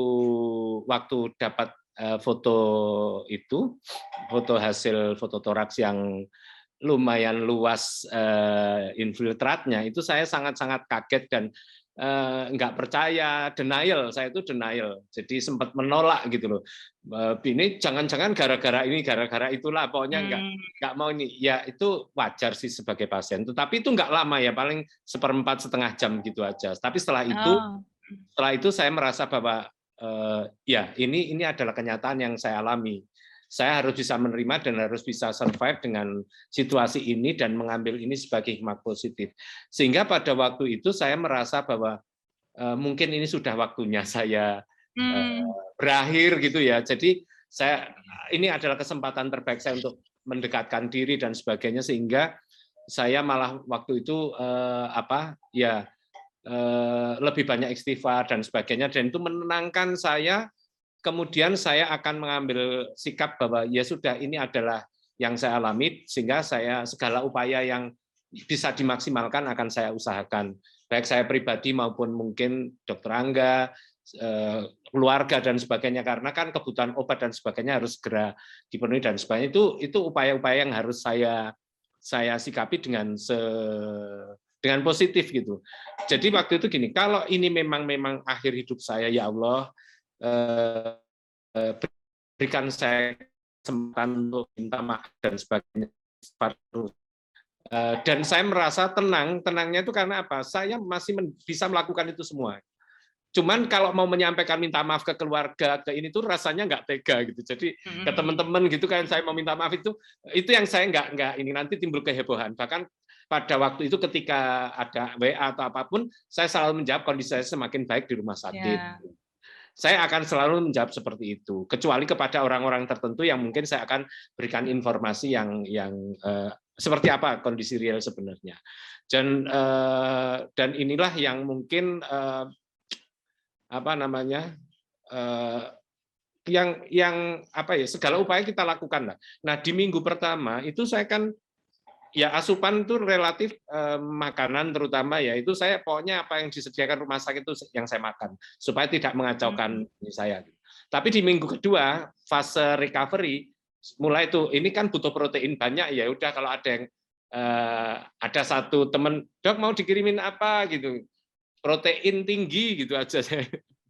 waktu dapat foto itu, foto hasil foto toraks yang lumayan luas infiltratnya, itu saya sangat-sangat kaget dan nggak percaya, denial, saya itu denial, jadi sempat menolak gitu loh. Ini jangan-jangan gara-gara ini, gara-gara itulah, pokoknya nggak mau ini. Ya itu wajar sih sebagai pasien, tetapi itu nggak lama ya, paling 1/4 setengah jam gitu aja. Tapi setelah itu saya merasa bahwa ya ini adalah kenyataan yang saya alami. Saya harus bisa menerima dan harus bisa survive dengan situasi ini dan mengambil ini sebagai hikmah positif. Sehingga pada waktu itu saya merasa bahwa mungkin ini sudah waktunya saya berakhir gitu ya. Jadi ini adalah kesempatan terbaik saya untuk mendekatkan diri dan sebagainya, sehingga saya malah waktu itu lebih banyak istighfar dan sebagainya, dan itu menenangkan saya. Kemudian saya akan mengambil sikap bahwa ya sudah, ini adalah yang saya alami, sehingga saya segala upaya yang bisa dimaksimalkan akan saya usahakan, baik saya pribadi maupun mungkin Dokter Angga, keluarga dan sebagainya, karena kan kebutuhan obat dan sebagainya harus segera dipenuhi dan sebagainya. Itu upaya-upaya yang harus saya sikapi dengan positif gitu. Jadi waktu itu gini, kalau ini memang akhir hidup saya, ya Allah, berikan saya kesempatan untuk minta maaf dan sebagainya. Dan saya merasa tenangnya itu karena apa? Saya masih bisa melakukan itu semua. Cuman kalau mau menyampaikan minta maaf ke keluarga, ke ini tuh rasanya nggak tega gitu. Jadi ke teman-teman gitu kan, saya mau minta maaf itu yang saya nggak ini, nanti timbul kehebohan. Bahkan pada waktu itu ketika ada WA atau apapun, saya selalu menjawab kondisi saya semakin baik di rumah sakit. Saya akan selalu menjawab seperti itu, kecuali kepada orang-orang tertentu yang mungkin saya akan berikan informasi yang seperti apa kondisi real sebenarnya. Dan inilah yang mungkin apa namanya, yang apa ya, segala upaya kita lakukan lah. Nah di minggu pertama itu saya kan ya asupan itu relatif makanan terutama ya itu saya pokoknya apa yang disediakan rumah sakit itu yang saya makan supaya tidak mengacaukan saya. Tapi di minggu kedua fase recovery mulai itu ini kan butuh protein banyak ya udah kalau ada yang ada satu teman dok mau dikirimin apa gitu protein tinggi gitu aja saya.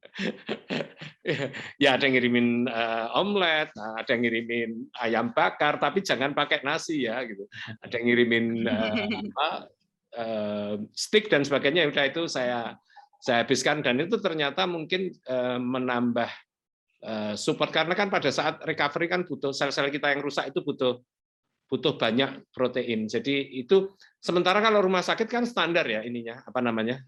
Ya ada yang ngirimin omelet, ada yang ngirimin ayam bakar, tapi jangan pakai nasi ya gitu. Ada yang ngirimin steak dan sebagainya. Udah itu saya habiskan dan itu ternyata mungkin menambah support karena kan pada saat recovery kan butuh sel-sel kita yang rusak itu butuh banyak protein. Jadi itu sementara kalau rumah sakit kan standar ya ininya apa namanya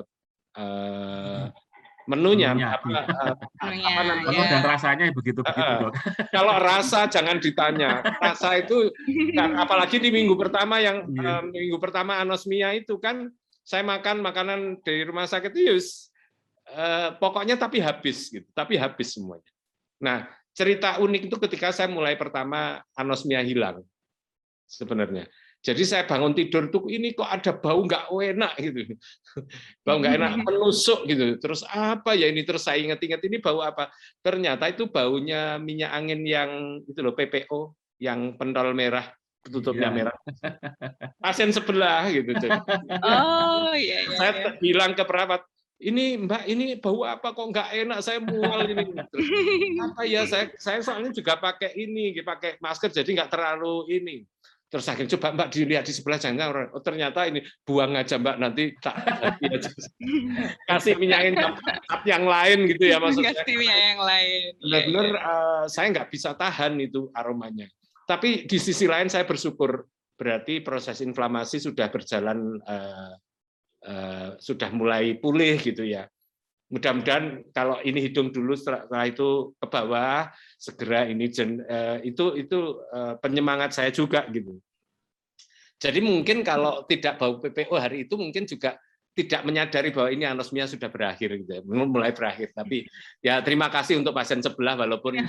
menunya menu dan rasanya begitu-begitu dok. Kalau rasa jangan ditanya. Rasa itu apalagi di minggu pertama yang minggu pertama anosmia itu kan saya makan makanan dari rumah sakit itu pokoknya tapi habis gitu. Tapi habis semuanya. Nah, cerita unik itu ketika saya mulai pertama anosmia hilang sebenarnya. Jadi saya bangun tidur tuh ini kok ada bau nggak enak gitu, bau nggak enak menusuk gitu. Terus apa ya ini terus saya ingat-ingat ini bau apa? Ternyata itu baunya minyak angin yang itu loh PPO yang pentol merah tutupnya merah. Pasien sebelah gitu. Oh iya. Saya bilang ke perawat ini Mbak ini bau apa kok nggak enak saya mual ini. Terus, apa ya saya soalnya juga pakai ini pakai masker jadi nggak terlalu ini. Terus akhirnya coba Mbak dilihat di sebelah jangan oh ternyata ini buang aja Mbak nanti tak kasih minyak yang lain gitu ya maksudnya. Kasih minyak yang lain. Benar-benar saya nggak bisa tahan itu aromanya. Tapi di sisi lain saya bersyukur berarti proses inflamasi sudah berjalan sudah mulai pulih gitu ya. Mudah-mudahan kalau ini hidung dulu setelah itu ke bawah segera ini itu penyemangat saya juga gitu. Jadi mungkin kalau tidak bau PPO hari itu mungkin juga tidak menyadari bahwa ini anosmia sudah berakhir gitu ya, mulai berakhir. Tapi ya terima kasih untuk pasien sebelah walaupun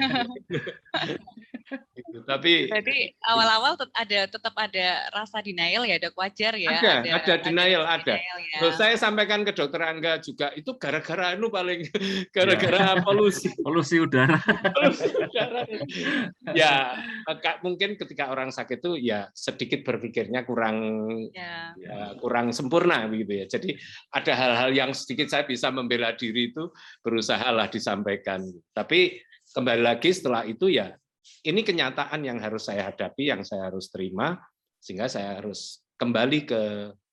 gitu. Tapi berarti awal-awal tetap ada rasa denial ya dok, wajar ya? Ada denial. Ya. Terus saya sampaikan ke dokter Angga juga itu gara-gara paling gara-gara polusi udara. Ya mungkin ketika orang sakit itu ya sedikit berpikirnya kurang sempurna begitu ya. Jadi ada hal-hal yang sedikit saya bisa membela diri itu berusahalah disampaikan. Tapi kembali lagi setelah itu ya ini kenyataan yang harus saya hadapi, yang saya harus terima, sehingga saya harus kembali ke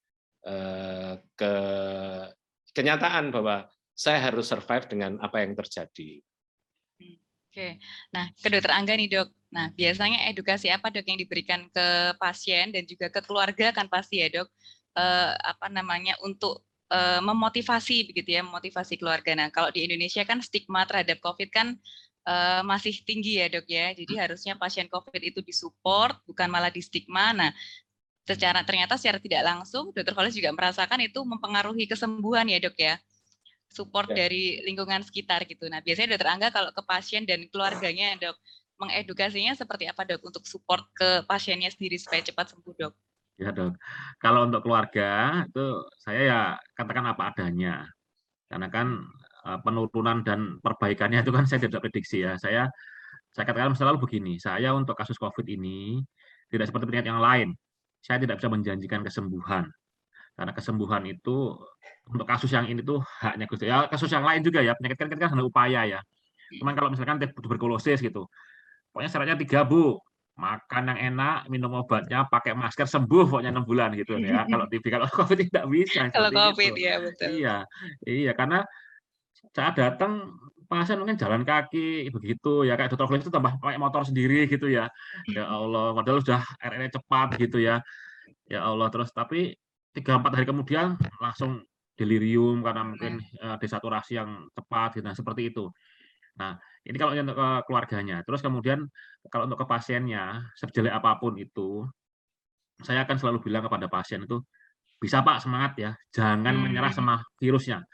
kenyataan bahwa saya harus survive dengan apa yang terjadi. Oke, nah ke dokter Angga nih dok. Nah biasanya edukasi apa dok yang diberikan ke pasien dan juga ke keluarga kan pasti ya dok, untuk memotivasi begitu ya, memotivasi keluarga. Nah kalau di Indonesia kan stigma terhadap COVID kan masih tinggi ya dok ya. Jadi harusnya pasien COVID itu disupport, bukan malah di stigma. Nah ternyata secara tidak langsung dokter Valis juga merasakan itu mempengaruhi kesembuhan ya dok ya. Support dari lingkungan sekitar gitu. Nah biasanya dokter Angga kalau ke pasien dan keluarganya dok, mengedukasinya seperti apa dok untuk support ke pasiennya sendiri supaya cepat sembuh dok? Ya dok, kalau untuk keluarga itu saya ya katakan apa adanya, karena kan penurunan dan perbaikannya itu kan saya tidak prediksi ya. Saya katakan selalu begini, saya untuk kasus COVID ini tidak seperti penyakit yang lain, saya tidak bisa menjanjikan kesembuhan, karena kesembuhan itu untuk kasus yang ini tuh haknya Gusti. Ya kasus yang lain juga ya, penyakit kan hanya upaya ya. Cuman kalau misalkan tuberkulosis gitu, pokoknya syaratnya 3 Bu. Makan yang enak, minum obatnya, pakai masker, sembuh pokoknya 6 bulan gitu ya. Kalau TB, kalau COVID tidak bisa. Kalau COVID ya betul. Iya, karena saat datang pasien mungkin jalan kaki begitu ya, kayak dokter Valis itu tambah pakai motor sendiri gitu ya. Ya Allah, padahal sudah RR cepat gitu ya. Ya Allah, terus tapi 3-4 hari kemudian langsung delirium karena mungkin desaturasi yang cepat gitu, nah, seperti itu. Nah, ini kalau untuk ke keluarganya. Terus kemudian kalau untuk ke pasiennya, sejelek apapun itu, saya akan selalu bilang kepada pasien itu, bisa Pak semangat ya, jangan menyerah sama virusnya.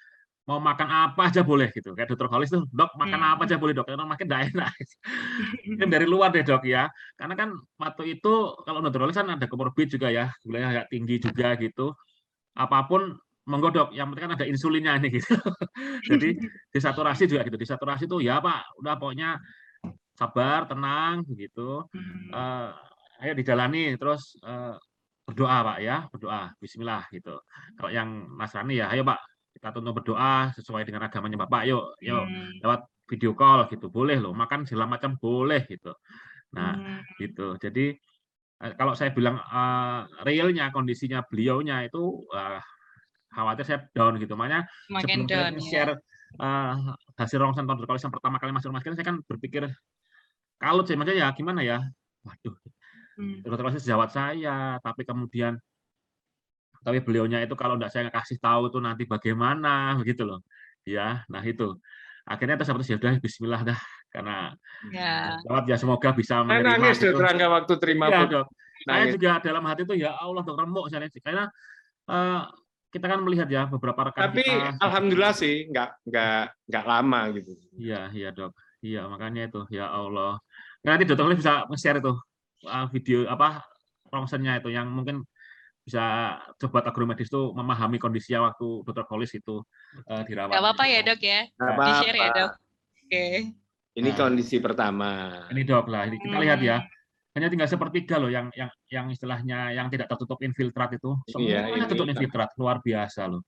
mau makan apa aja boleh gitu. Kayak dokter Holis tuh, dok makan apa aja boleh dok, karena makin nggak enak. Mungkin dari luar deh dok ya, karena kan waktu itu kalau dokter Holis kan ada komorbid juga ya, gulanya agak tinggi juga gitu. Apapun monggo dok, yang penting kan ada insulinnya ini gitu. Jadi desaturasi juga gitu, desaturasi tuh ya Pak, udah pokoknya sabar, tenang gitu. Ayo dijalani terus berdoa Pak ya, berdoa, Bismillah gitu. Kalau yang Nasrani ya, ayo Pak, kita tuntut berdoa sesuai dengan agamanya Bapak. Yuk, yuk lewat video call gitu, boleh loh. Makan segala macam boleh gitu. Nah, gitu. Jadi kalau saya bilang realnya kondisinya beliaunya itu khawatir saya down gitu. Makanya Semakin sebelum saya down ya. share hasil rongsen tahun kalau yang pertama kali masuk rumah sakit, saya kan berpikir kalut sih, maksudnya ya gimana ya. Waduh, dokter Holis sejawat saya, tapi kemudian beliaunya itu kalau enggak saya kasih tahu tuh nanti bagaimana begitu loh. Ya, nah itu. Akhirnya terus ya udah bismillah dah karena ya semoga bisa Saya menerima nangis gitu. dokter Angga waktu terima Iya, pun. dok. Saya Nangis. juga dalam hati itu ya Allah dok remuk saya karena kita kan melihat ya beberapa rekan Tapi kita. alhamdulillah sih nggak lama gitu. Iya, iya dok. Iya makanya itu ya Allah. Nanti dokter Holis bisa nge-share itu video apa rongsennya itu yang mungkin bisa sobat agromedis itu memahami kondisinya waktu dokter Holis itu dirawat. Gak apa-apa ya dok ya, di-share ya dok. Oke. Ini kondisi pertama. Ini dok lah, kita lihat ya. Hanya tinggal sepertiga loh yang istilahnya yang tidak tertutup infiltrat itu. Semuanya tutup infiltrat, luar biasa loh.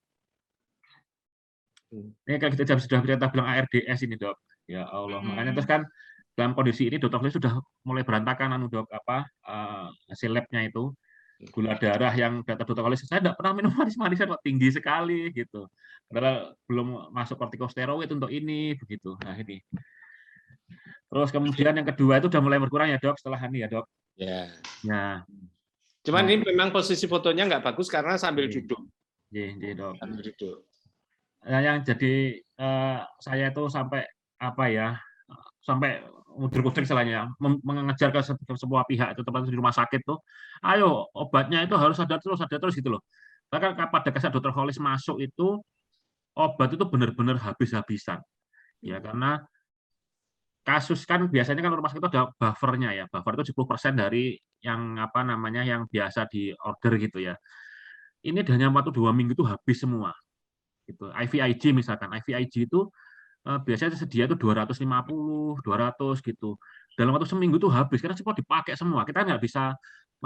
Ini kalau kita bilang ARDS ini dok. Ya Allah, makanya terus kan dalam kondisi ini dokter Holis sudah mulai berantakan dok hasil labnya itu. Gula darah yang data dokter Holis, saya tidak pernah minum manis-manisan kok tinggi sekali gitu. Padahal belum masuk kortikosteroid untuk ini begitu. Nah ini. Terus kemudian yang kedua itu sudah mulai berkurang ya dok setelah ini ya dok. Ya. Ya. Cuman ini memang posisi fotonya nggak bagus karena sambil duduk. Iya dok. Sambil duduk. Nah, yang jadi saya itu sampai apa ya, sampai mudir-mudir istilahnya mengejar ke sebuah pihak itu tempat di rumah sakit tuh, ayo obatnya itu harus ada terus gitu loh. Bahkan pada saat dokter Holis masuk itu obat itu benar-benar habis-habisan ya karena kasus kan biasanya kan rumah sakit itu ada buffernya ya, buffer itu 10% dari yang apa namanya yang biasa di order gitu ya. Ini hanya waktu 2 minggu itu habis semua. Gitu. IVIG misalkan, IVIG itu biasanya sedia itu 250, 200 gitu. Dalam waktu seminggu itu habis karena semua dipakai semua. Kita nggak bisa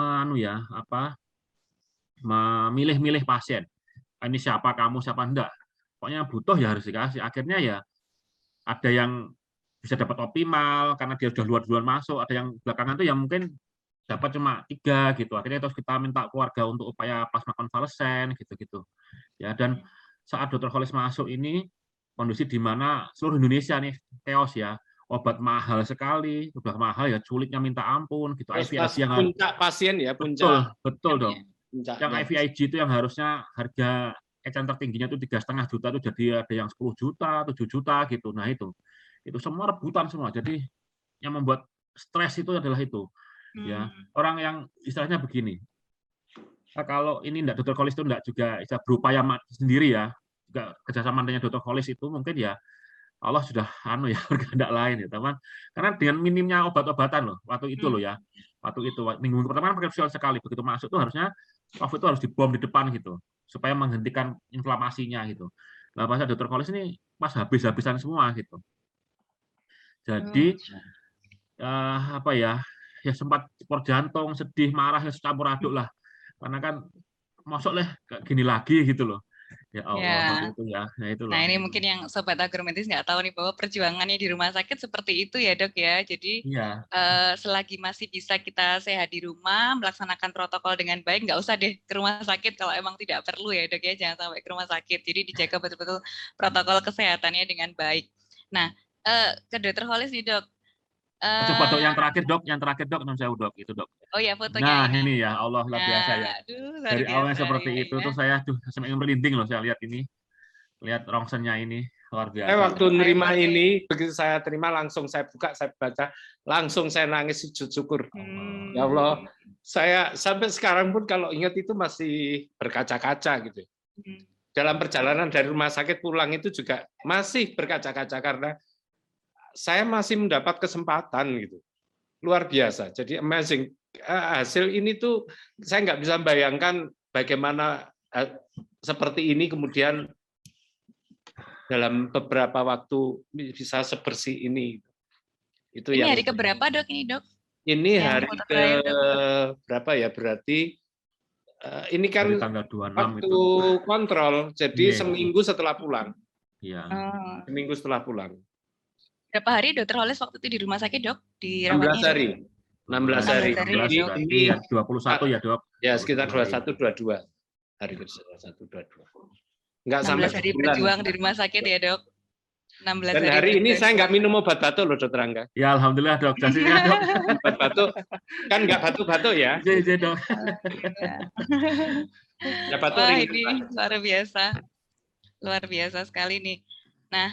memilih-milih pasien. Ini siapa kamu, siapa enggak. Pokoknya butuh ya harus dikasih. Akhirnya ya ada yang bisa dapat optimal karena dia sudah duluan masuk, ada yang belakangan tuh yang mungkin dapat cuma 3 gitu. Akhirnya terus kita minta keluarga untuk upaya plasma konvalesen gitu-gitu. Ya dan saat dokter Holis masuk ini kondisi di mana seluruh Indonesia nih chaos ya, obat mahal sekali, udah mahal ya sulitnya minta ampun gitu. IVIG yang puncak pasien ya, puncak. Betul dong. Puncaknya. Yang IVIG itu yang harusnya harga ecan tertingginya itu 3,5 juta itu jadi ada yang 10 juta, 7 juta gitu. Nah itu semua rebutan semua. Jadi yang membuat stres itu adalah itu. Ya, orang yang istilahnya begini. Kalau ini enggak dokter Holis itu enggak juga bisa berupaya sendiri ya. Juga kerjasama dengan dokter Holis itu mungkin ya Allah sudah ya berkehendak lain ya teman. Karena dengan minimnya obat-obatan loh waktu itu loh ya. Waktu itu minggu pertama pakai visual sekali, begitu masuk tuh harusnya COVID itu harus dibom di depan gitu supaya menghentikan inflamasinya gitu. Nah, pas dokter Holis ini pas habis-habisan semua gitu. Jadi ya sempat sport jantung, sedih, marah, ya campur aduk lah. Karena kan masuk kayak gini lagi gitu loh. Ya Allah, itu ya. Nah, itu loh. Nah, ini mungkin yang sobat agromedis nggak tahu nih bahwa perjuangannya di rumah sakit seperti itu ya, Dok ya. Jadi selagi masih bisa kita sehat di rumah, melaksanakan protokol dengan baik, nggak usah deh ke rumah sakit kalau emang tidak perlu ya, Dok ya. Jangan sampai ke rumah sakit. Jadi dijaga betul-betul protokol kesehatannya dengan baik. Nah, ke Dokter Holis nih, Dok. Coba dok yang terakhir dok, non saya dok itu dok. Oh ya fotonya. Nah ini ya Allah luar biasa ya. Dari awalnya seperti itu tuh saya sampai merinding loh saya lihat ini, lihat rongsennya ini luar biasa. Waktu nerima ini begitu saya terima langsung saya buka, saya baca, langsung saya nangis sujud syukur. Ya Allah, saya sampai sekarang pun kalau ingat itu masih berkaca-kaca gitu. dalam perjalanan dari rumah sakit pulang itu juga masih berkaca-kaca karena saya masih mendapat kesempatan gitu. Luar biasa. Jadi amazing. Hasil ini tuh saya nggak bisa bayangkan bagaimana seperti ini kemudian dalam beberapa waktu bisa sebersih ini. Itu Ini yang hari keberapa, Dok, ini, Dok? ini Yang hari foto ke terakhir, Dok? berapa ya? Berarti ini kan Dari tanggal 26 waktu itu. kontrol, jadi Iya. seminggu setelah pulang. Iya. Seminggu setelah pulang. Berapa hari Dokter Holis waktu itu di rumah sakit, Dok? Di 16 hari. 16 hari. 16 hari, Jadi Dok. ini ya 21 ya, Dok. ya sekitar 21 21 22 hari 21 22. Enggak sampai 16 hari sebulan. berjuang di rumah sakit ya, Dok. 16 Dan hari ini berjuang. saya nggak minum obat batuk loh, Dokter Angga. Ya, alhamdulillah, Dok. Hasilnya, Dok. Obat batuk kan nggak batuk-batuk ya. Iya, Dok. Ya batuk Wah, ringan. ini luar biasa. Luar biasa sekali nih. Nah,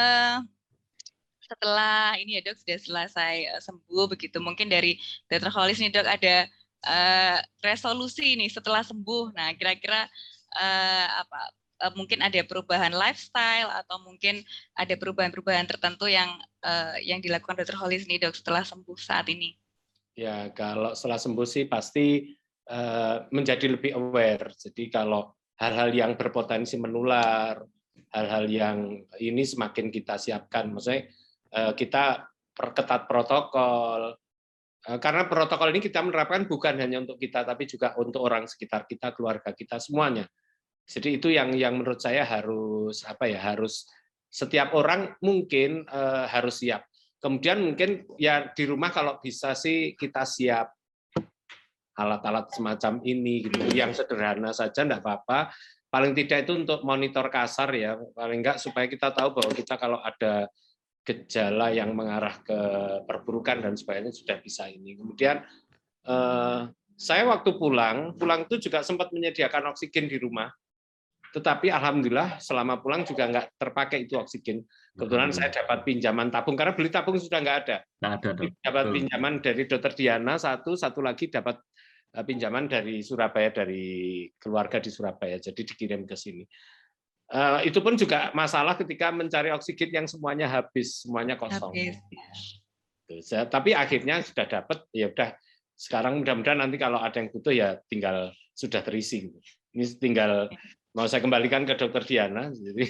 setelah ini ya, Dok, sudah selesai sembuh begitu. Mungkin dari Dr. Holis nih, Dok, ada resolusi nih setelah sembuh. Nah, kira-kira mungkin ada perubahan lifestyle atau mungkin ada perubahan-perubahan tertentu yang dilakukan Dr. Holis nih, Dok, setelah sembuh saat ini. Ya, kalau setelah sembuh sih pasti menjadi lebih aware. Jadi kalau hal-hal yang berpotensi menular, hal-hal yang ini semakin kita siapkan. Maksudnya kita perketat protokol. Karena protokol ini kita menerapkan bukan hanya untuk kita, tapi juga untuk orang sekitar kita, keluarga kita, semuanya. Jadi itu yang menurut saya harus harus setiap orang mungkin harus siap. Kemudian mungkin ya di rumah kalau bisa sih kita siap alat-alat semacam ini gitu, yang sederhana saja enggak apa-apa. Paling tidak itu untuk monitor kasar ya, paling enggak supaya kita tahu bahwa kita kalau ada gejala yang mengarah ke perburukan dan sebagainya sudah bisa ini. Kemudian saya waktu pulang itu juga sempat menyediakan oksigen di rumah. Tetapi alhamdulillah selama pulang juga nggak terpakai itu oksigen. Kebetulan saya dapat pinjaman tabung karena beli tabung sudah nggak ada. Dapat pinjaman dari Dokter Diana satu lagi dapat pinjaman dari Surabaya, dari keluarga di Surabaya, jadi dikirim ke sini. Itu pun juga masalah ketika mencari oksigen yang semuanya habis, semuanya kosong. Tapi akhirnya sudah dapat, ya udah. Sekarang mudah-mudahan nanti kalau ada yang butuh ya tinggal sudah terisi. Ini tinggal mau saya kembalikan ke Dokter Diana. Jadi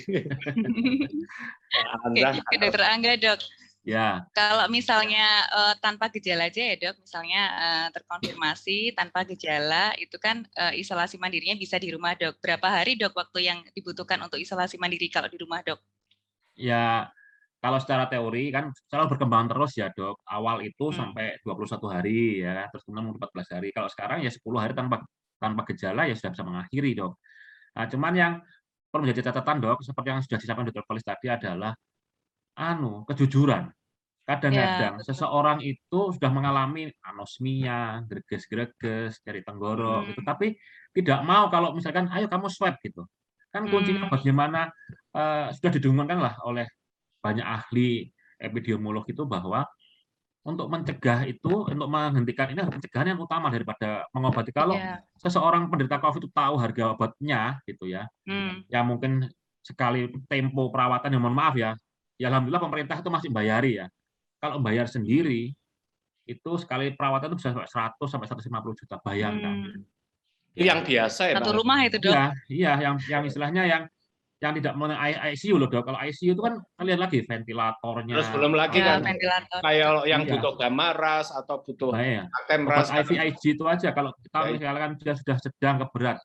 ke Dokter Angga, Dok. Ya. Kalau misalnya tanpa gejala aja ya, Dok, misalnya terkonfirmasi tanpa gejala, itu kan isolasi mandirinya bisa di rumah, Dok. Berapa hari, Dok, waktu yang dibutuhkan untuk isolasi mandiri kalau di rumah, Dok? Ya, kalau secara teori kan selalu berkembang terus ya, Dok. Awal itu sampai 21 hari ya, terus kemudian 14 hari. Kalau sekarang ya 10 hari tanpa gejala ya sudah bisa mengakhiri, Dok. Nah, cuman yang perlu menjadi catatan, Dok, seperti yang sudah disampaikan Dr. Holis tadi adalah kejujuran. Kadang-kadang seseorang itu sudah mengalami anosmia, greges-greges, nyeri tenggorok, gitu, tapi tidak mau kalau misalkan, ayo kamu swab gitu. Kan kuncinya bagaimana sudah didengungkan lah oleh banyak ahli epidemiolog itu bahwa untuk mencegah itu, untuk menghentikan ini pencegahan yang utama daripada mengobati. Kalau seseorang penderita COVID itu tahu harga obatnya, gitu ya, ya mungkin sekali tempo perawatan, ya mohon maaf ya, alhamdulillah pemerintah itu masih bayari ya. Kalau bayar sendiri, itu sekali perawatan itu bisa 100 sampai 150 juta, bayangkan. Yang biasa ya, Satu rumah itu, Dok? Iya, yang istilahnya yang tidak mengenai ICU loh, Dok. Kalau ICU itu kan lihat lagi ventilatornya. Terus belum lagi kan kayak yang butuh gamma ras atau butuh obat IVIG itu aja. Kalau kita misalkan sudah sedang ke berat,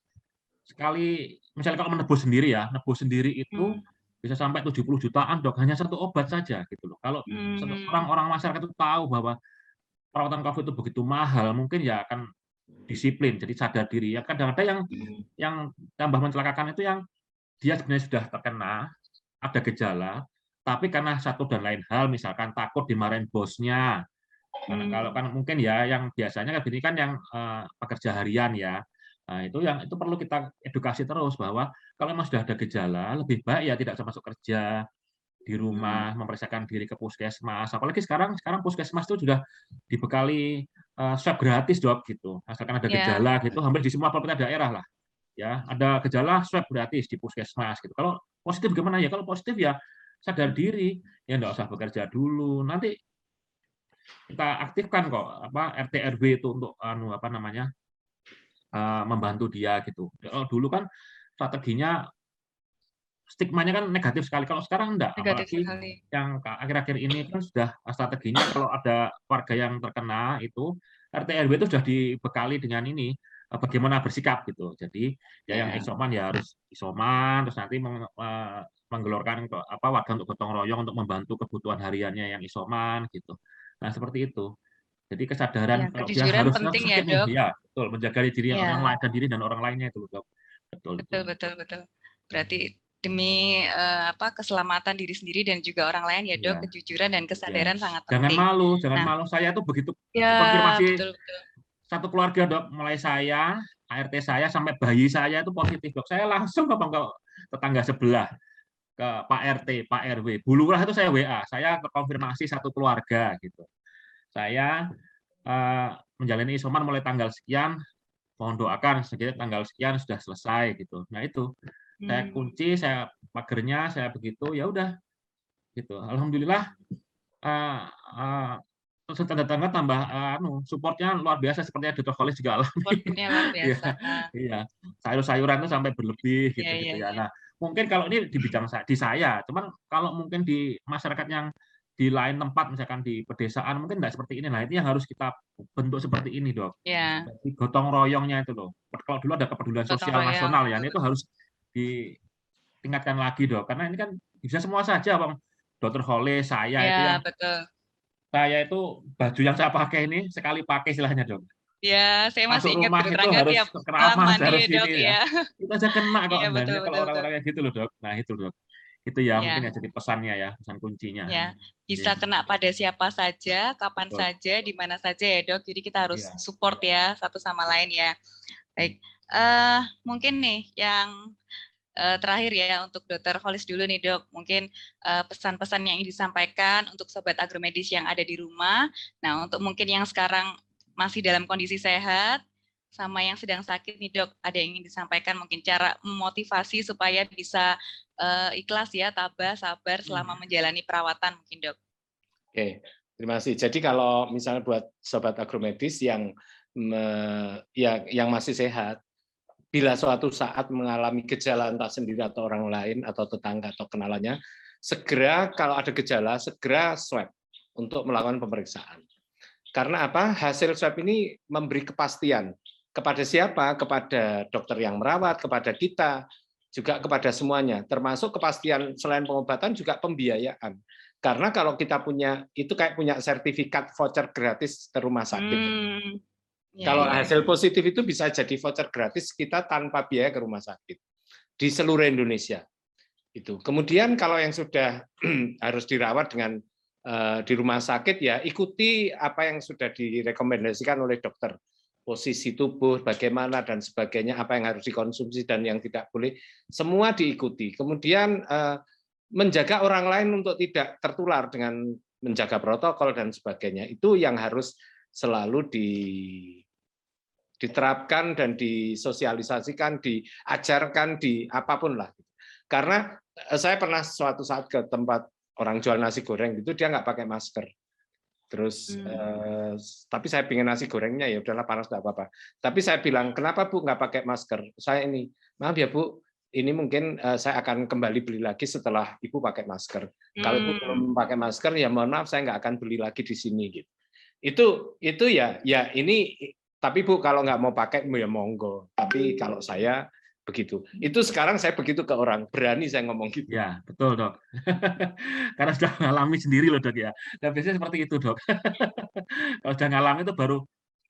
sekali misalnya kalau menebus sendiri ya, nebus sendiri itu bisa sampai 70 jutaan, Dok, hanya satu obat saja gitu loh. Kalau orang masyarakat itu tahu bahwa perawatan COVID itu begitu mahal, mungkin ya akan disiplin, jadi sadar diri. Ya kadang-kadang yang tambah mencelakakan itu yang dia sebenarnya sudah terkena, ada gejala, tapi karena satu dan lain hal, misalkan takut dimarahin bosnya. Karena kalau kan mungkin ya yang biasanya ini kan yang pekerja harian ya. Nah, itu perlu kita edukasi terus bahwa kalau memang sudah ada gejala, lebih baik ya tidak usah masuk kerja, di rumah, memeriksakan diri ke puskesmas. Apalagi sekarang puskesmas itu sudah dibekali swab gratis, Dok, gitu. Asalkan ada gejala gitu, hampir di semua pemerintah daerah lah. ya ada gejala swab gratis di puskesmas gitu. Kalau positif gimana ya? Kalau positif ya sadar diri, ya nggak usah bekerja dulu. Nanti kita aktifkan kok RT RW itu untuk membantu dia gitu. Kalau dulu kan strateginya stigmanya kan negatif sekali. Kalau sekarang enggak, Negatif apalagi sekali. yang akhir-akhir ini kan sudah strateginya kalau ada warga yang terkena itu RT RW itu sudah dibekali dengan ini bagaimana bersikap gitu. Jadi ya yang isoman ya harus isoman, terus nanti menggelorkan warga untuk gotong royong untuk membantu kebutuhan hariannya yang isoman gitu. Nah, seperti itu. Jadi kesadaran kalau dia Kejujuran harus penting ya, sakit nih, Dok. ya betul menjaga diri orang lain Ya, dan diri dan orang lainnya itu, Dok. Betul. betul. Berarti demi keselamatan diri sendiri dan juga orang lain ya, Dok, Iya. kejujuran dan kesadaran sangat Jangan penting. jangan malu. Saya tuh begitu Ya, konfirmasi betul. satu keluarga, Dok, mulai saya, ART saya sampai bayi saya itu positif, Dok. Saya langsung ke tetangga sebelah, ke Pak RT, Pak RW. Bulurah itu saya WA, saya konfirmasi satu keluarga gitu. Saya menjalani isoman mulai tanggal sekian, mohon doakan sekitar tanggal sekian sudah selesai gitu. Nah itu saya kunci, saya pagernya, saya begitu, ya udah gitu. Alhamdulillah terus tetangga tambah supportnya luar biasa seperti Dr. Kholis juga alami. Supportnya luar Iya, biasa. iya. Sayur-sayuran itu sampai berlebih gitu ya. Nah, mungkin kalau ini di saya, cuman kalau mungkin di masyarakat yang di lain tempat, misalkan di pedesaan, mungkin nggak seperti ini. Nah, itu yang harus kita bentuk seperti ini, Dok. Ya, Jadi gotong royongnya itu loh. Kalau dulu ada kepedulian gotong sosial royong. nasional ya, ini itu harus ditingkatkan lagi, Dok. Karena ini kan bisa semua saja, Bang. Dr. Kholis, saya itu yang Betul. saya itu baju yang saya pakai ini sekali pakai istilahnya, Dok. Ya, saya masih Masuk ingat rumah Dokter itu Angga harus tiap keramas, mandi harus ya, Dok, gini ya. ya. Itu aja kena kok. Iya, Dan betul. kalau orang-orang yang gitu loh, Dok. Nah, itu, Dok. Itu ya mungkin Ya, yang jadi pesannya ya, pesan kuncinya. ya. Bisa kena pada siapa saja, kapan Betul. saja, di mana saja ya, Dok. Jadi kita harus support ya satu sama lain ya. Baik. Mungkin nih yang terakhir ya untuk Dr. Kholis dulu nih, Dok. Mungkin pesan-pesan yang ingin disampaikan untuk sobat agromedis yang ada di rumah. Nah, untuk mungkin yang sekarang masih dalam kondisi sehat sama yang sedang sakit nih, Dok, ada yang ingin disampaikan mungkin cara memotivasi supaya bisa ikhlas ya, tabah, sabar selama menjalani perawatan mungkin, Dok. Oke, terima kasih. Jadi kalau misalnya buat sobat agromedis yang masih sehat, bila suatu saat mengalami gejala entah sendiri atau orang lain atau tetangga atau kenalannya, segera kalau ada gejala segera swab untuk melakukan pemeriksaan. Karena apa? Hasil swab ini memberi kepastian kepada siapa? Kepada dokter yang merawat, kepada kita, juga kepada semuanya. Termasuk kepastian selain pengobatan juga pembiayaan. Karena kalau kita punya itu kayak punya sertifikat voucher gratis ke rumah sakit. Kalau hasil positif itu bisa jadi voucher gratis kita tanpa biaya ke rumah sakit di seluruh Indonesia. Itu. Kemudian kalau yang sudah harus dirawat dengan di rumah sakit ya ikuti apa yang sudah direkomendasikan oleh dokter. Posisi tubuh bagaimana dan sebagainya, apa yang harus dikonsumsi dan yang tidak boleh, semua diikuti. Kemudian menjaga orang lain untuk tidak tertular dengan menjaga protokol dan sebagainya. Itu yang harus selalu diterapkan dan disosialisasikan, diajarkan di apapun lah. Karena saya pernah suatu saat ke tempat orang jual nasi goreng itu dia nggak pakai masker. Terus tapi saya pengen nasi gorengnya ya udahlah panas nggak apa-apa. Tapi saya bilang kenapa Bu nggak pakai masker? Saya ini maaf ya Bu, ini mungkin saya akan kembali beli lagi setelah Ibu pakai masker. Kalau Ibu belum pakai masker ya mohon maaf saya nggak akan beli lagi di sini gitu. Itu ya ini. Tapi Bu kalau nggak mau pakai ya monggo. Tapi kalau saya begitu. Itu sekarang saya begitu ke orang, berani saya ngomong gitu. Ya, betul, Dok. Karena sudah ngalami sendiri loh, Dok ya. Dan biasanya seperti itu, Dok. Kalau sudah ngalami itu baru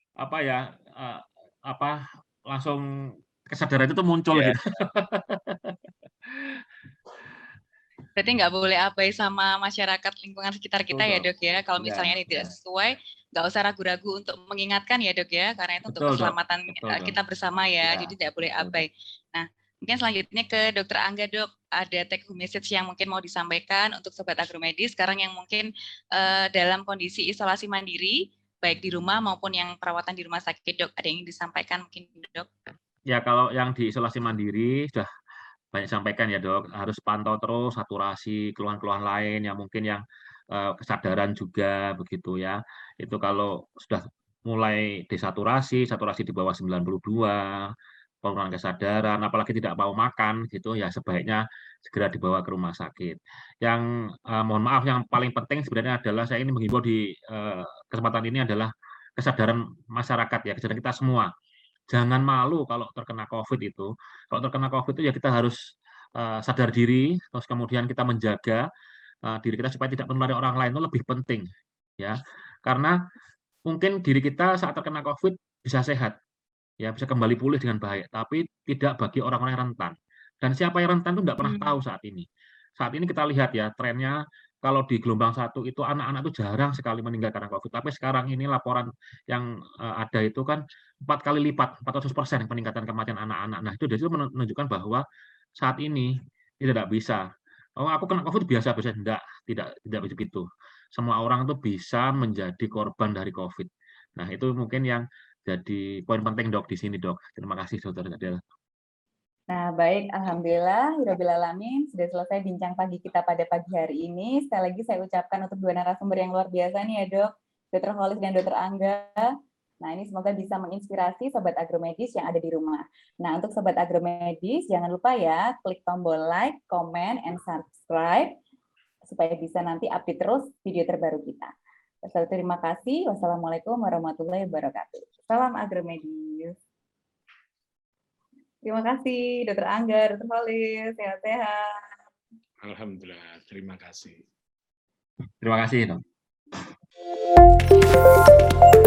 langsung kesadaran itu muncul gitu. Berarti nggak boleh abai sama masyarakat lingkungan sekitar kita ya, Dok ya. Kalau misalnya ini tidak sesuai, nggak usah ragu-ragu untuk mengingatkan ya, Dok ya, karena itu untuk keselamatan kita bersama ya, jadi tidak boleh abai. Nah, mungkin selanjutnya ke Dr. Angga, Dok, ada take home message yang mungkin mau disampaikan untuk sobat agromedis sekarang yang mungkin dalam kondisi isolasi mandiri, baik di rumah maupun yang perawatan di rumah sakit, Dok. Ada yang disampaikan mungkin, Dok? Ya kalau yang di isolasi mandiri sudah banyak sampaikan ya Dok, harus pantau terus saturasi, keluhan-keluhan lain yang mungkin yang kesadaran juga begitu ya. Itu kalau sudah mulai desaturasi, saturasi di bawah 92, penurunan kesadaran, apalagi tidak mau makan gitu ya sebaiknya segera dibawa ke rumah sakit. Yang mohon maaf yang paling penting sebenarnya adalah saya ini menghimbau di kesempatan ini adalah kesadaran masyarakat ya, kesadaran kita semua. Jangan malu kalau terkena COVID itu. Kalau terkena COVID itu ya kita harus sadar diri, terus kemudian kita menjaga diri kita supaya tidak menulari orang lain itu lebih penting, ya. Karena mungkin diri kita saat terkena COVID bisa sehat, ya bisa kembali pulih dengan baik, tapi tidak bagi orang-orang yang rentan. Dan siapa yang rentan itu tidak pernah tahu saat ini. Saat ini kita lihat ya trennya kalau di gelombang 1 itu anak-anak itu jarang sekali meninggal karena COVID. Tapi sekarang ini laporan yang ada itu kan 4 kali lipat, 400% peningkatan kematian anak-anak. Nah, itu dari situ menunjukkan bahwa saat ini tidak bisa. Oh, aku kena COVID biasa-biasa. Tidak begitu. Semua orang itu bisa menjadi korban dari COVID. Nah, itu mungkin yang jadi poin penting Dok di sini Dok. Terima kasih Saudara Adel. Nah, baik, alhamdulillah, Rabbil Alamin, sudah selesai bincang pagi kita pada pagi hari ini. Sekali lagi saya ucapkan untuk dua narasumber yang luar biasa nih ya Dok, Dr. Holis dan Dr. Angga. Nah, ini semoga bisa menginspirasi Sobat Agromedis yang ada di rumah. Nah, untuk Sobat Agromedis, jangan lupa ya, klik tombol like, comment, and subscribe, supaya bisa nanti update terus video terbaru kita. Terima kasih. Wassalamualaikum warahmatullahi wabarakatuh. Salam Agromedis. Terima kasih, Dr. Angga, Dr. Holis, sehat-sehat. Alhamdulillah, terima kasih. Terima kasih Dok.